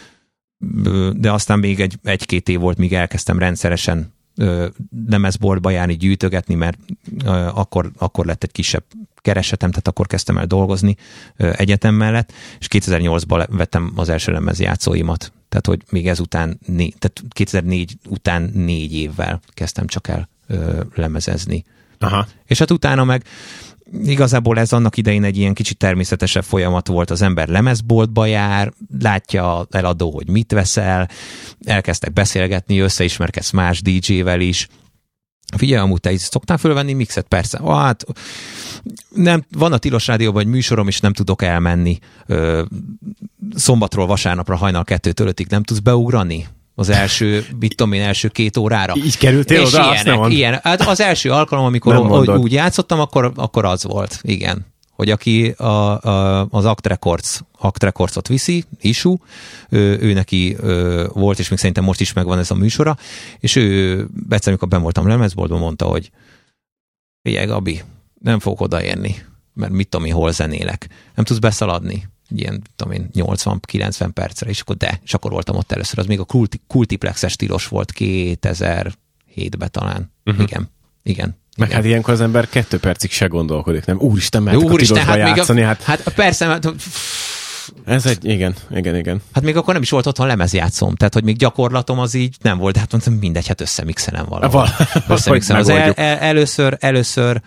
de aztán még egy-két év volt, míg elkezdtem rendszeresen lemezboltba járni, gyűjtögetni, mert akkor lett egy kisebb keresetem, tehát akkor kezdtem el dolgozni egyetem mellett, és 2008-ban vettem az első lemezjátszóimat. Tehát, hogy még ezután, tehát 2004 után 4 évvel kezdtem csak el lemezezni. Aha. És hát utána meg igazából ez annak idején egy ilyen kicsit természetesebb folyamat volt, az ember lemezboltba jár, látja eladó, hogy mit veszel, elkezdtek beszélgetni, összeismerkedsz más DJ-vel is. Figyelj, amúgy te is szoktál fölvenni mixet? Persze. Hát nem, van a Tilos Rádióban egy műsorom, és nem tudok elmenni. Szombatról vasárnapra hajnal 2-től 5-ig nem tudsz beugrani? Az első, mit tudom én, első 2 órára. Így kerültél és oda? Ilyen. Hát az első alkalom, amikor úgy játszottam, akkor az volt. Igen. Hogy aki az Act Records-ot viszi, Isu, ő neki volt, és még szerintem most is megvan ez a műsora, és ő egyszer, amikor benn voltam lemezboltban, mondta, hogy figyelj, Gabi, nem fogok odaérni, mert mit tudom én, hol zenélek. Nem tudsz beszaladni ilyen, tudom én, 80-90 percre, és akkor voltam ott először. Az még a Kultiplexes tilos volt 2007-ben talán. Igen. Meg hát ilyenkor az ember 2 percig se gondolkodik, nem? Úristen, mehetek a tilosba játszani. Hát persze, ez egy, igen. Hát még akkor nem is volt otthon lemezjátszom, tehát hogy még gyakorlatom az így nem volt, de hát mondtam, mindegy, hát összemixelem valahol. Összemixelem. Először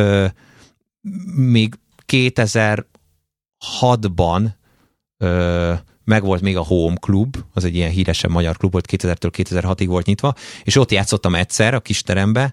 még 2006-ban megvolt még a Home Club, az egy ilyen híresebb magyar klub volt, 2000-től 2006-ig volt nyitva, és ott játszottam egyszer a kisterembe,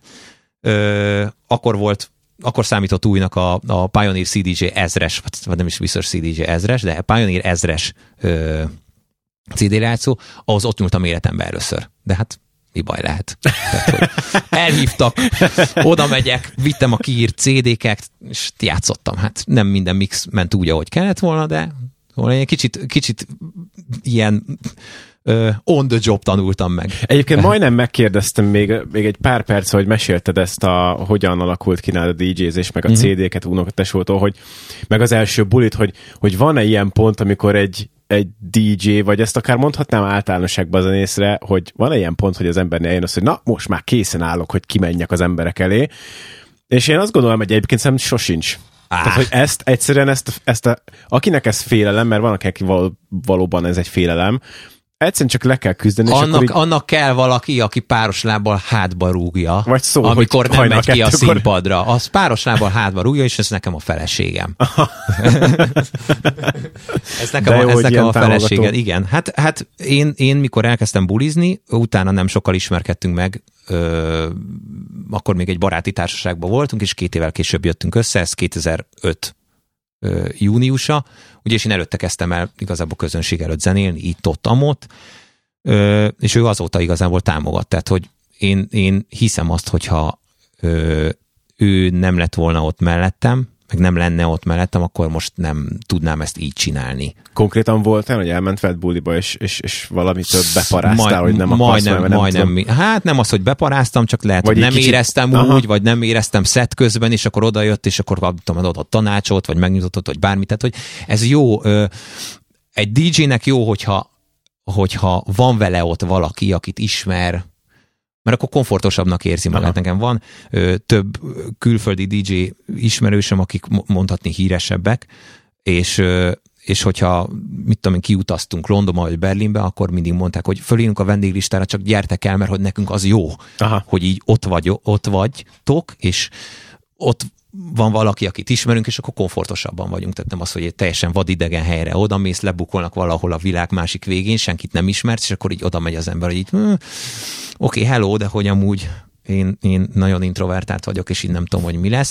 akkor számított újnak a Pioneer CDJ 1000-es, vagy nem is biztos CDJ 1000-es, de Pioneer 1000-es CD lejátszó, ahhoz ott nyúltam életembe először. De hát mi baj lehet? Tehát, hogy elhívtak, oda megyek, vittem a kiírt CD-ket, és játszottam. Hát nem minden mix ment úgy, ahogy kellett volna, de egy kicsit ilyen on the job tanultam meg. Egyébként majdnem megkérdeztem még egy pár perc, hogy mesélted ezt hogyan alakult ki nálad a DJ-zés, meg a CD-ket unokatesótól, hogy meg az első bulit, hogy van-e ilyen pont, amikor egy egy DJ, vagy ezt akár mondhatnám általánosságban az zenészre, hogy van ilyen pont, hogy az embernél eljön az, hogy na, most már készen állok, hogy kimenjek az emberek elé. És én azt gondolom, hogy egyébként szerintem sosincs. Tehát, hogy ezt egyszerűen, akinek ez félelem, mert van, aki valóban ez egy félelem, egyszerűen csak le kell küzdeni. Annak kell valaki, aki páros lábbal hátba rúgja, vagy szó, amikor nem megy ki a színpadra. Az páros lábbal hátba rúgja, és ez nekem a feleségem. ez nekem a feleségem. Igen. Hát én mikor elkezdtem bulizni, utána nem sokkal ismerkedtünk meg, akkor még egy baráti társaságban voltunk, és 2 évvel később jöttünk össze, ez 2005 júniusa, ugye, és én előtte kezdtem el igazából közönség előtt zenélni, itt-ott, amott, és ő azóta igazából támogat, tehát, hogy én hiszem azt, hogyha ő nem lett volna ott mellettem, meg nem lenne ott mellettem, akkor most nem tudnám ezt így csinálni. Konkrétan voltál, hogy elment veled buliba, és valamitől beparáztál, hogy nem akarsz, majdnem. Hát nem az, hogy beparáztam, csak lehet, hogy nem kicsit éreztem úgy, vagy nem éreztem szett közben, és akkor odajött, és akkor adott tanácsot, vagy megnyújtott, vagy bármit. Tehát, hogy ez jó. Egy DJ-nek jó, hogyha van vele ott valaki, akit ismer, mert akkor komfortosabbnak érzi magát. Nekem van több külföldi DJ ismerősöm, akik mondhatni híresebbek, és hogyha, mit tudom én, kiutaztunk Londonba vagy Berlinbe, akkor mindig mondták, hogy fölírunk a vendéglistára, csak gyertek el, mert hogy nekünk az jó, hogy így ott vagytok, és ott van valaki, akit ismerünk, és akkor komfortosabban vagyunk. Tehát nem az, hogy egy teljesen vadidegen helyre odamész, lebukolnak valahol a világ másik végén, senkit nem ismersz, és akkor így oda megy az ember, hogy így oké, hello, de hogy amúgy én nagyon introvertált vagyok, és így nem tudom, hogy mi lesz.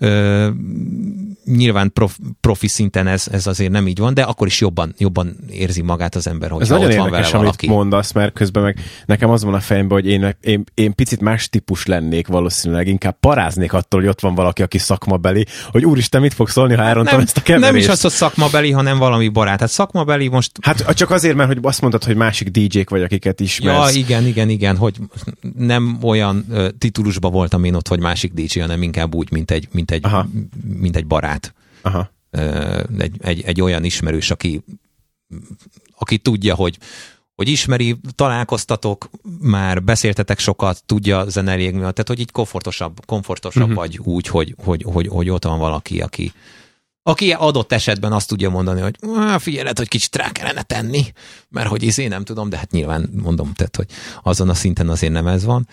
Nyilván profi szinten ez azért nem így van, de akkor is jobban érzi magát az ember, hogy ott van vele valaki. Amit mondasz, mert közben meg nekem az van a fejemben, hogy én picit más típus lennék valószínűleg, inkább paráznék attól, hogy ott van valaki, aki szakmabeli, hogy úristen, mit fog szólni, ha elrontom ezt a keverést. Nem is az, hogy szakmabeli, hanem valami barát. Hát szakmabeli most... Hát csak azért, mert hogy azt mondtad, hogy másik DJ-k vagy, akiket ismersz. Ja, igen, hogy nem olyan titulusban voltam én ott, hogy másik DJ, hanem inkább úgy, mint egy barát. Aha. Egy olyan ismerős, aki tudja, hogy ismeri, találkoztatok, már beszéltetek sokat, tudja zenelni, tehát hogy így komfortosabb vagy úgy, hogy ott van valaki, aki adott esetben azt tudja mondani, hogy figyelj, hogy kicsit rá kellene tenni, mert hogy nem tudom, de hát nyilván mondom, tehát, hogy azon a szinten azért nem ez van.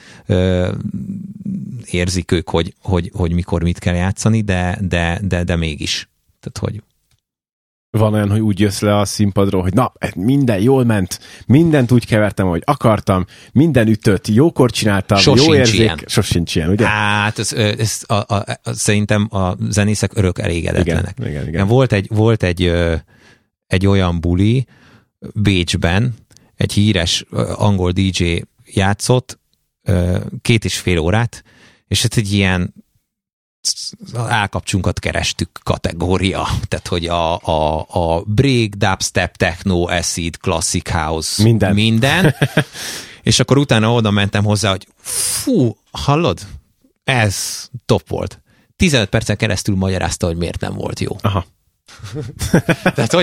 Érzik ők, hogy mikor mit kell játszani, de mégis. Tehát, hogy van olyan, hogy úgy jössz le a színpadról, hogy na, minden jól ment, mindent úgy kevertem, ahogy akartam, minden ütött, jókor csináltam, jó érzék. Ilyen. Sosincs ilyen, ugye? Hát, szerintem a zenészek örök elégedetlenek. Igen. Volt egy olyan buli Bécsben, egy híres angol DJ játszott 2,5 órát, és hát egy ilyen állkapcsunkat kerestük kategória. Tehát, hogy a break, dubstep, techno, acid, classic house, minden. És akkor utána oda mentem hozzá, hogy fú, hallod? Ez top volt. 15 percen keresztül magyarázta, hogy miért nem volt jó. Aha. Tehát,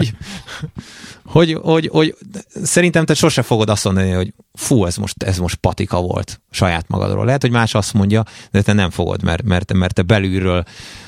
hogy szerintem te sose fogod azt mondani, hogy fú, ez most patika volt saját magadról. Lehet, hogy más azt mondja, de te nem fogod, mert te belülről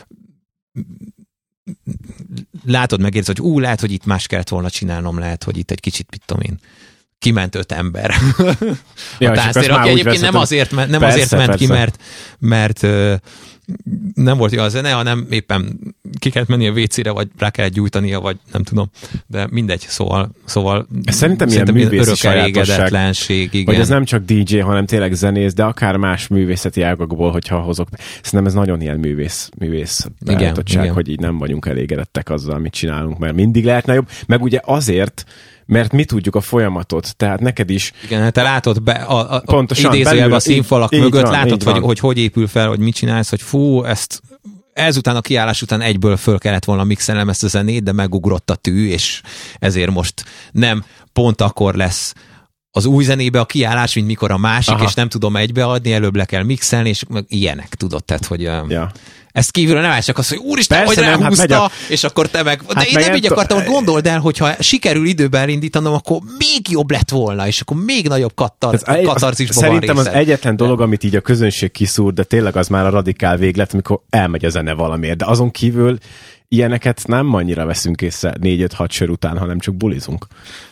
látod, megérzed, hogy lehet, hogy itt más kellett volna csinálnom, lehet, hogy itt egy kicsit, mit tudom én, kiment 5 ember a tánctér, aki egyébként nem azért ment ki, mert nem volt jó a zene, hanem éppen ki kellett menni a WC-re, vagy rá kellett gyújtania, vagy nem tudom, de mindegy, szóval szerintem ilyen művészi elégedetlenség, igen. Vagy ez nem csak DJ, hanem tényleg zenész, de akár más művészeti ágakból, hogyha hozok. Szerintem ez nagyon ilyen művész beállítottság, hogy így nem vagyunk elégedettek azzal, amit csinálunk, mert mindig lehetne jobb, meg ugye azért, mert mi tudjuk a folyamatot, tehát neked is... Igen, hát te látod pontosan, idézőjelben a színfalak mögött, látod, hogy épül fel, hogy mit csinálsz, hogy fú, ezután a kiállás után egyből föl kellett volna mixelnem ezt a zenét, de megugrott a tű, és ezért most nem pont akkor lesz az új zenébe a kiállás, mint mikor a másik, és nem tudom egybeadni, előbb le kell mixelni, és ilyenek, tudod, tehát, hogy ezt kívülről nem csak az, hogy úristen, persze, hogy ráhúzta, hát és akkor te meg... De hát én nem így akartam, hogy gondold el, hogyha sikerül időben elindítanom, akkor még jobb lett volna, és akkor még nagyobb katarzisban van részed. Szerintem az egyetlen dolog, amit így a közönség kiszúr, de tényleg az már a radikál véglet, amikor elmegy a zene valamiért. De azon kívül ilyeneket nem annyira veszünk észre 4-5-6 sör után, hanem csak bulizunk.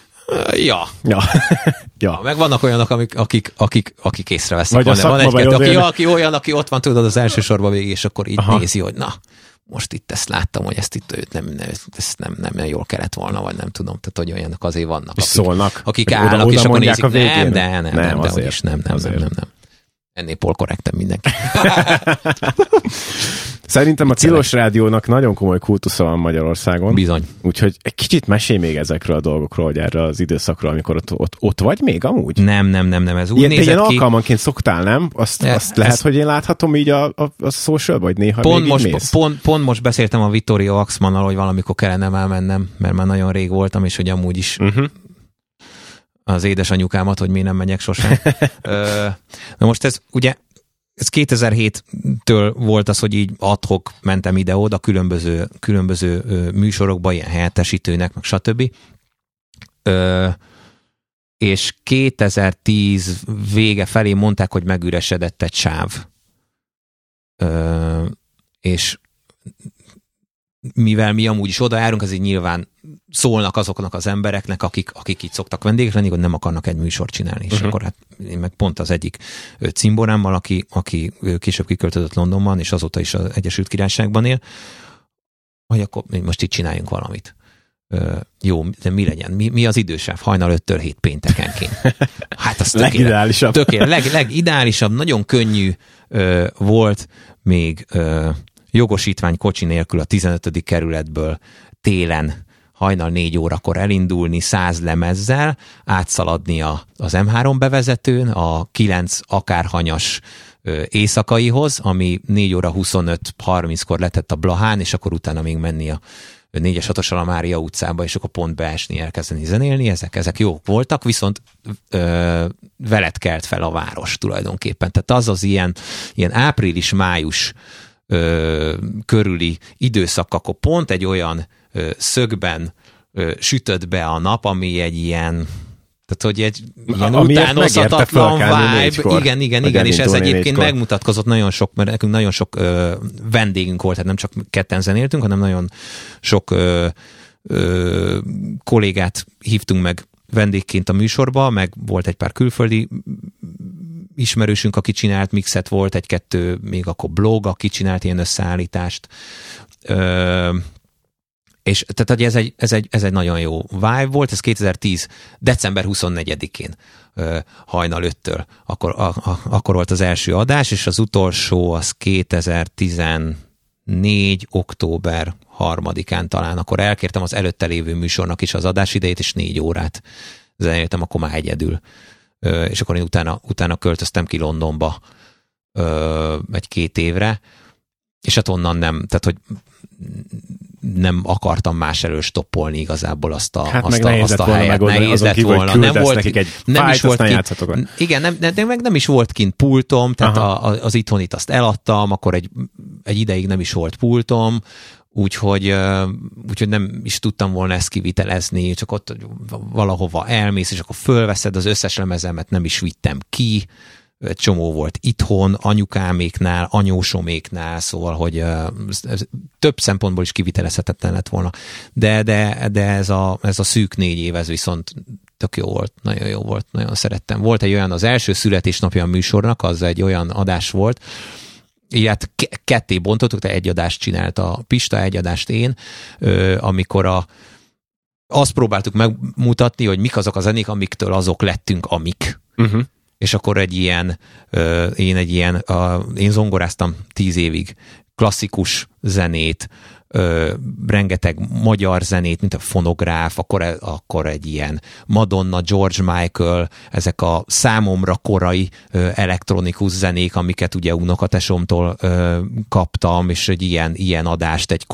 Ja. Meg vannak olyanok, akik észreveszik. Van egy-kettő, aki olyan, aki ott van, tudod, az első sorba végig, és akkor így nézi, hogy na, most itt ezt láttam, hogy ezt itt ezt nem jól kellett volna, vagy nem tudom. Tehát, hogy olyanok azért vannak. És szólnak. Akik állnak, és akkor nézik, nem. Ennél polkorrektem mindenki. Szerintem a Tilos Rádiónak nagyon komoly kultusza van Magyarországon. Bizony. Úgyhogy egy kicsit mesélj még ezekről a dolgokról, hogy erre az időszakról, amikor ott vagy még amúgy? Nem, ez úgy nézett ki. Ilyen alkalmanként szoktál, nem? Azt lehet, hogy én láthatom így a social, vagy néha pont most beszéltem a Vittorio Axmannal, hogy valamikor kellene elmennem, mert már nagyon rég voltam, és hogy amúgy is az édesanyukámat, hogy miért nem megyek sosem. Na most ez ugye ez 2007-től volt az, hogy így ad-hoc mentem ide-oda különböző műsorokba, ilyen helyettesítőnek, meg stb. És 2010 vége felé mondták, hogy megüresedett egy sáv. És mivel mi amúgy is odaárunk, azért nyilván szólnak azoknak az embereknek, akik itt szoktak vendégek lenni, hogy nem akarnak egy műsort csinálni. És akkor hát én meg pont az egyik cimborámmal, aki később kiköltözött Londonban, és azóta is az Egyesült Királyságban él, hogy akkor most itt csináljunk valamit. Jó, de mi legyen? Mi az idősáv? Hajnal 5-től 7 péntekenként. Hát az legideálisabb. Legideálisabb, nagyon könnyű volt még jogosítvány kocsi nélkül a 15. kerületből télen hajnal 4 órakor elindulni 100 lemezzel, átszaladni az M3 bevezetőn, a 9 akárhanyas éjszakaihoz, ami 4 óra 25-30-kor letett a Blahán, és akkor utána még menni a 4-es 6-os a Mária utcába, és akkor pont beesni, elkezdeni zenélni. Ezek jók voltak, viszont veled kelt fel a város tulajdonképpen. Tehát az ilyen április-május körüli időszak, akkor pont egy olyan szögben sütött be a nap, ami egy ilyen, tehát hogy egy ilyen utánozhatatlan vibe. Igen, és ez egyébként megmutatkozott nagyon sok, mert nekünk nagyon sok vendégünk volt, tehát nem csak ketten zenéltünk, hanem nagyon sok kollégát hívtunk meg vendégként a műsorba, meg volt egy pár külföldi ismerősünk, aki csinált mixet, volt egy-kettő, még akkor blog, aki csinált ilyen összeállítást. És tehát ez egy nagyon jó vibe volt, ez 2010. december 24-én hajnal 5-től, akkor volt az első adás, és az utolsó az 2014. október 3-án talán, akkor elkértem az előtte lévő műsornak is az adásidejét, és 4 órát zenéltem, akkor már egyedül. És akkor én utána költöztem ki Londonba 1-2 évre, és hát onnan nem, tehát hogy nem akartam más elől stoppolni igazából azt a helyet. Nehéz lett volna. Nem volt nekik egy fájt, nem is volt kint pultom, tehát az itthonit azt eladtam, akkor egy ideig nem is volt pultom, úgyhogy nem is tudtam volna ezt kivitelezni, csak ott valahova elmész, és akkor fölveszed az összes lemezemet, nem is vittem ki, egy csomó volt itthon, anyukáméknál, anyósoméknál, szóval, hogy több szempontból is kivitelezhetetlen lett volna. De ez a szűk 4 év, ez viszont tök jó volt, nagyon jó volt, nagyon szerettem. Volt egy olyan, az első születésnapja a műsornak, az egy olyan adás volt, ilyet ketté bontottuk, tehát egy adást csinált a Pista, egy adást én, amikor azt próbáltuk megmutatni, hogy mik azok a zenék, amiktől azok lettünk, amik. És akkor én zongoráztam 10 évig klasszikus zenét, rengeteg magyar zenét, mint a fonográf, akkor egy ilyen Madonna, George Michael, ezek a számomra korai elektronikus zenék, amiket ugye unokatesomtól kaptam, és egy ilyen adást egy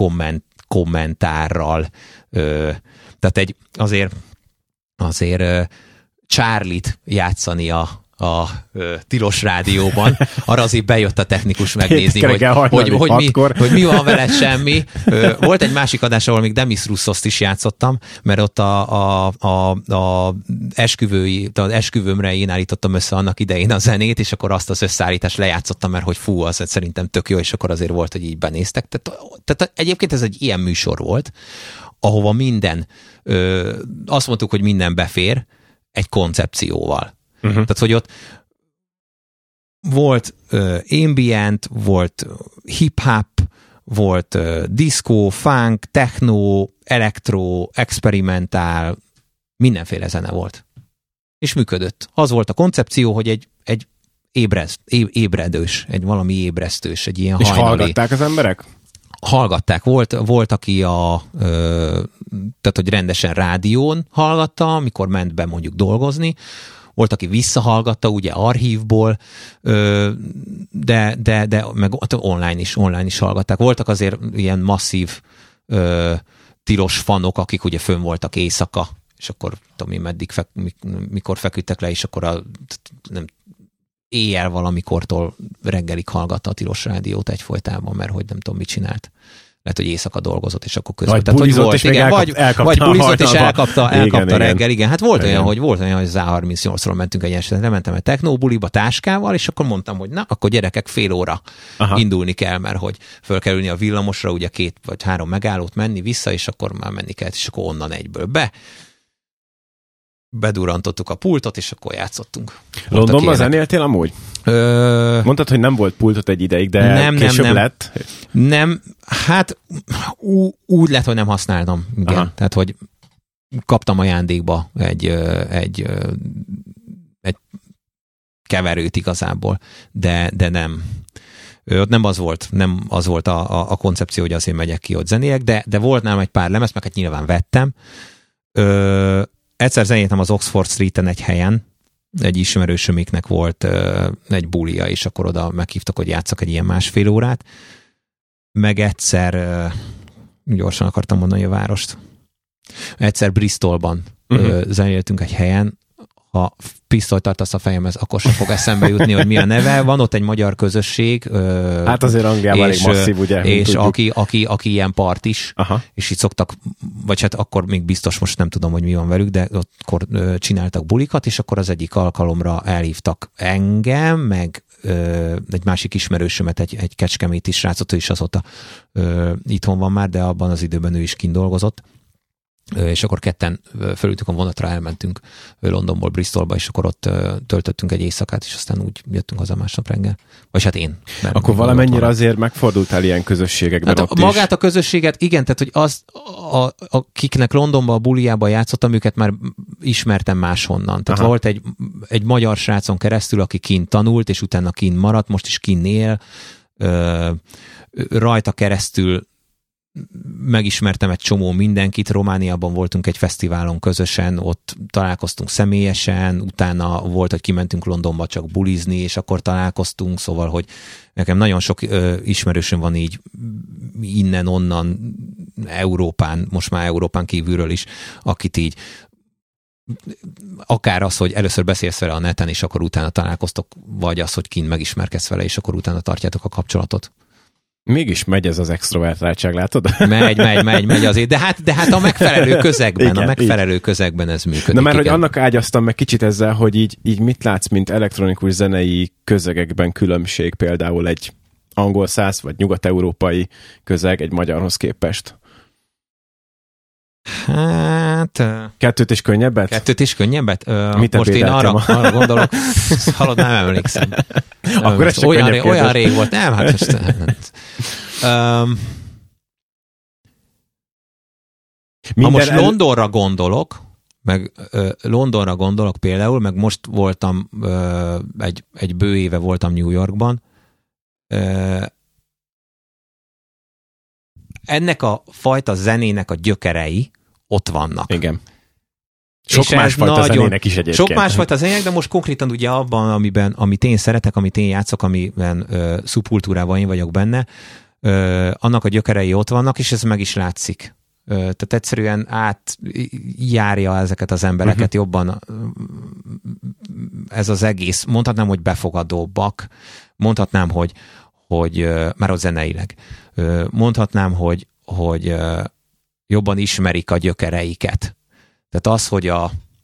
kommentárral. Tehát azért Charlie-t játszani a tilos rádióban, arra azért bejött a technikus megnézni, hogy mi van vele, semmi. Volt egy másik adás, ahol még Demis Russoszt is játszottam, mert ott a esküvőmre én állítottam össze annak idején a zenét, és akkor azt az összeállítást lejátszottam, mert hogy fú, az szerintem tök jó, és akkor azért volt, hogy így benéztek. Tehát egyébként ez egy ilyen műsor volt, ahova minden, azt mondtuk, hogy minden befér egy koncepcióval. Tehát, hogy ott volt ambient, volt hip-hop, volt disco, funk, techno, elektro, experimentál, mindenféle zene volt. És működött. Az volt a koncepció, hogy egy ébredős, egy valami ébresztős, egy ilyen hajnali. És hallgatták az emberek? Hallgatták. Volt aki tehát, hogy rendesen rádión hallgatta, amikor ment be mondjuk dolgozni, volt, aki visszahallgatta, ugye archívból, de meg online is hallgatták. Voltak azért ilyen masszív tilos fanok, akik ugye fönn voltak éjszaka, és akkor tudom én mikor feküdtek le, és akkor éjjel valamikortól reggelig hallgatta a tilos rádiót egyfolytában, mert hogy nem tudom, mit csinált. Lehet, hogy éjszaka dolgozott, és akkor közben. Vagy bulizott, és vagy bulizott, és elkapta igen. reggel. Igen, hát volt olyan, hogy ZA38-ról mentünk egy esetre, mentem egy technóbuliba táskával, és akkor mondtam, hogy na, akkor gyerekek, fél óra indulni kell, mert hogy föl kell ülni a villamosra, ugye 2 vagy 3 megállót menni vissza, és akkor már menni kell, és akkor onnan egyből bedurrantottuk a pultot, és akkor játszottunk. Londonban zenéltél amúgy? Mondtad, hogy nem volt pultot egy ideig, de később lett? Nem, hát úgy lett, hogy nem használtam. Igen. Aha. Tehát, hogy kaptam ajándékba egy keverőt igazából, de nem. Ott nem az volt a koncepció, hogy azért megyek ki, ott zenéjek, de volt nálam egy pár lemez, meg hát nyilván vettem. Egyszer zenéltem az Oxford Street-en egy helyen, egy ismerősömiknek volt egy bulia, és akkor oda meghívtak, hogy játszak egy ilyen 1,5 órát. Meg egyszer, gyorsan akartam mondani a várost, egyszer Bristolban zenéltünk egy helyen, ha pisztolyt tartasz a fejemhez, akkor sem fog eszembe jutni, hogy mi a neve. Van ott egy magyar közösség. Hát azért Angliában elég masszív, ugye? És aki ilyen part is, és így szoktak, vagy hát akkor még biztos, most nem tudom, hogy mi van velük, de akkor csináltak bulikat, és akkor az egyik alkalomra elhívtak engem, meg egy másik ismerősömet, egy kecskeméti srácot, ő is azóta itthon van már, de abban az időben ő is kint dolgozott. És akkor ketten fölültük a vonatra, elmentünk Londonból Bristolba, és akkor ott töltöttünk egy éjszakát, és aztán úgy jöttünk haza másnap reggel. Vagy hát én. Akkor valamennyire azért megfordultál ilyen közösségekben hát magát a közösséget, igen, tehát hogy akiknek Londonban a buliában játszottam, őket már ismertem máshonnan. Tehát volt egy magyar srácon keresztül, aki kint tanult, és utána kint maradt, most is kint él. Rajta keresztül megismertem egy csomó mindenkit, Romániában voltunk egy fesztiválon közösen, ott találkoztunk személyesen, utána volt, hogy kimentünk Londonba csak bulizni, és akkor találkoztunk, szóval, hogy nekem nagyon sok ismerősöm van így innen-onnan Európán, most már Európán kívülről is, akit így akár az, hogy először beszélsz vele a neten, és akkor utána találkoztok, vagy az, hogy kint megismerkedsz vele, és akkor utána tartjátok a kapcsolatot. Mégis megy ez az extrovertáltság, látod? Megy azért, de hát a megfelelő közegben, igen, közegben ez működik. Na mert igen. Hogy annak ágyaztam meg kicsit ezzel, hogy így mit látsz, mint elektronikus zenei közegekben különbség, például egy angol száz vagy nyugat-európai közeg egy magyarhoz képest? Hát... Kettőt is könnyebbet? Most én arra gondolok, hallod, nem emlékszem. Akkor ez csak olyan rég volt. Nem, hát most... ha most Londonra gondolok például, meg most voltam, egy bő éve voltam New Yorkban, ennek a fajta zenének a gyökerei ott vannak. Igen. Sok másfajta zenének is egyébként. Sok másfajta zenének, de most konkrétan ugye abban, amit én szeretek, amit én játszok, amiben szubkultúrában én vagyok benne, annak a gyökerei ott vannak, és ez meg is látszik. Tehát egyszerűen átjárja ezeket az embereket jobban. Ez az egész, mondhatnám, hogy befogadóbbak, mondhatnám, hogy már ott zeneileg, mondhatnám, hogy jobban ismerik a gyökereiket. Tehát az, hogy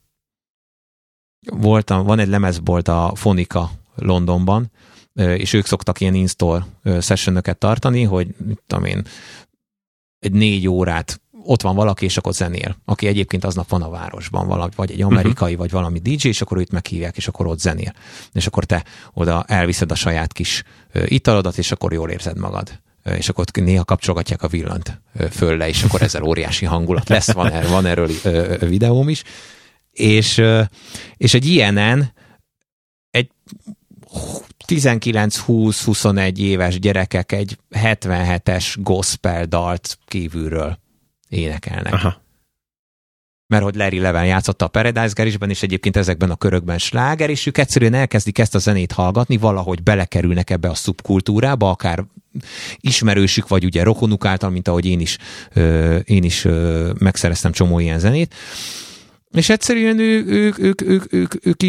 van egy lemezbolt a Phonica Londonban, és ők szoktak ilyen in-store sessionöket tartani, hogy mit tudom én, egy 4 órát ott van valaki, és akkor zenél, aki egyébként aznap van a városban, vagy egy amerikai, vagy valami DJ, és akkor őt meghívják, és akkor ott zenél. És akkor te oda elviszed a saját kis italodat, és akkor jól érzed magad. És akkor néha kapcsolgatják a villant föl le, és akkor ezzel óriási hangulat lesz, van erről videóm is. És egy ilyenen egy 19-20-21 éves gyerekek egy 77-es gospel dalt kívülről énekelnek. Aha. Mert hogy Larry Levan játszotta a Paradise Garage-ben, és egyébként ezekben a körökben sláger, és ők egyszerűen elkezdik ezt a zenét hallgatni, valahogy belekerülnek ebbe a szubkultúrába, akár ismerősük, vagy ugye rokonuk által, mint ahogy én is megszereztem csomó ilyen zenét. És egyszerűen ők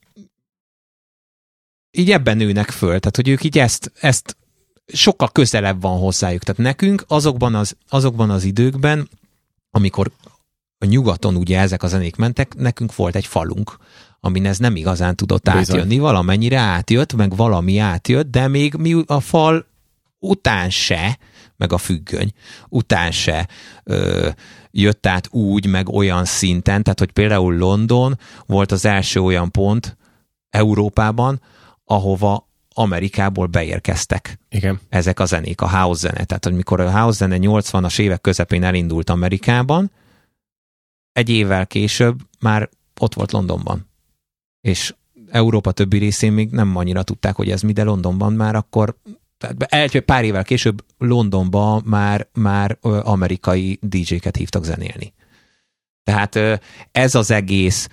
így ebben nőnek föl, tehát hogy ők így ezt sokkal közelebb van hozzájuk. Tehát nekünk azokban az időkben, amikor a nyugaton ugye ezek a zenék mentek, nekünk volt egy falunk, amin ez nem igazán tudott átjönni. Valamennyire átjött, meg valami átjött, de még mi a fal után se, meg a függöny után se jött át úgy, meg olyan szinten, tehát hogy például London volt az első olyan pont Európában, ahova Amerikából beérkeztek. Igen. Ezek a zenék, a house zene. Tehát, hogy mikor a house zene 80-as évek közepén elindult Amerikában, egy évvel később már ott volt Londonban. És Európa többi részén még nem annyira tudták, hogy ez mi, de Londonban már akkor, tehát pár évvel később Londonban már amerikai DJ-ket hívtak zenélni. Tehát ez az egész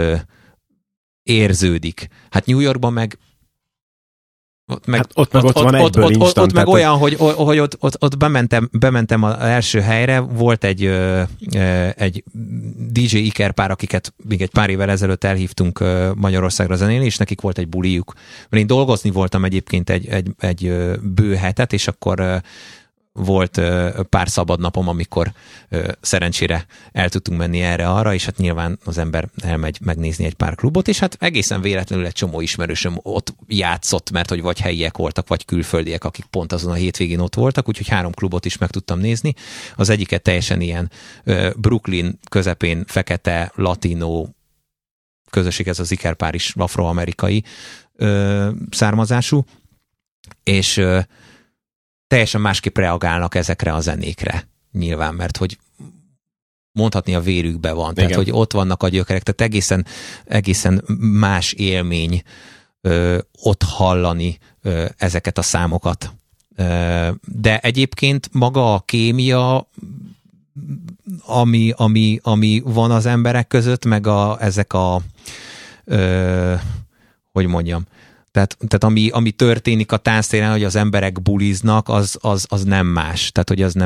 érződik. Hát New Yorkban meg ott van egyből instant. Ott meg olyan, hogy ott bementem az első helyre, volt egy DJ ikerpár, akiket még egy pár évvel ezelőtt elhívtunk Magyarországra zenélni, és nekik volt egy bulijuk. Mert én dolgozni voltam egyébként egy bő hetet, és akkor volt pár szabad napom, amikor szerencsére el tudtunk menni erre-arra, és hát nyilván az ember elmegy megnézni egy pár klubot, és hát egészen véletlenül egy csomó ismerősöm ott játszott, mert hogy vagy helyiek voltak, vagy külföldiek, akik pont azon a hétvégén ott voltak, úgyhogy 3 klubot is meg tudtam nézni. Az egyiket teljesen ilyen Brooklyn közepén fekete, latino közösség, ez az ikerpár is afroamerikai származású, és teljesen másképp reagálnak ezekre a zenékre, nyilván, mert hogy mondhatni a vérükbe van, tehát hogy ott vannak a gyökerek, tehát egészen más élmény ott hallani ezeket a számokat. De egyébként maga a kémia, ami van az emberek között, meg ezek a hogy mondjam, tehát ami történik a tánctéren, hogy az emberek buliznak, az nem más. Tehát, hogy az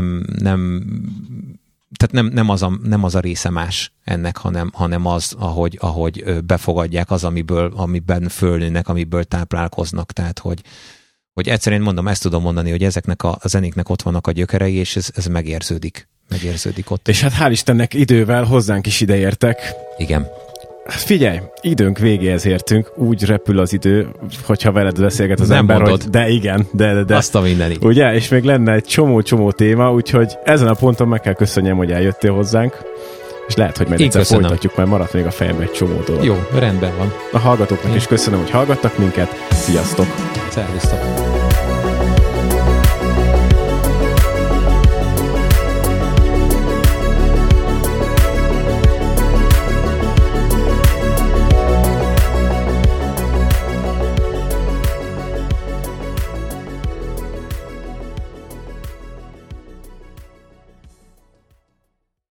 nem az a része más ennek, hanem az, ahogy befogadják az, amiben fölnőnek, amiből táplálkoznak. Tehát, hogy egyszerűen mondom, ezt tudom mondani, hogy ezeknek a zenéknek ott vannak a gyökerei, és ez megérződik ott. És hát hál' Istennek idővel hozzánk is ideértek. Igen. Figyelj, időnk végéhez értünk, úgy repül az idő, hogyha veled beszélget az ember, hogy de igen, de. Azt a mindenit. Ugye, és még lenne egy csomó téma, úgyhogy ezen a ponton meg kell köszönjem, hogy eljöttél hozzánk, és lehet, hogy majd egyszer folytatjuk, mert maradt még a fejembe egy csomó dolog. Jó, rendben van. A hallgatóknak is köszönöm, hogy hallgattak minket. Sziasztok! Szervusztok!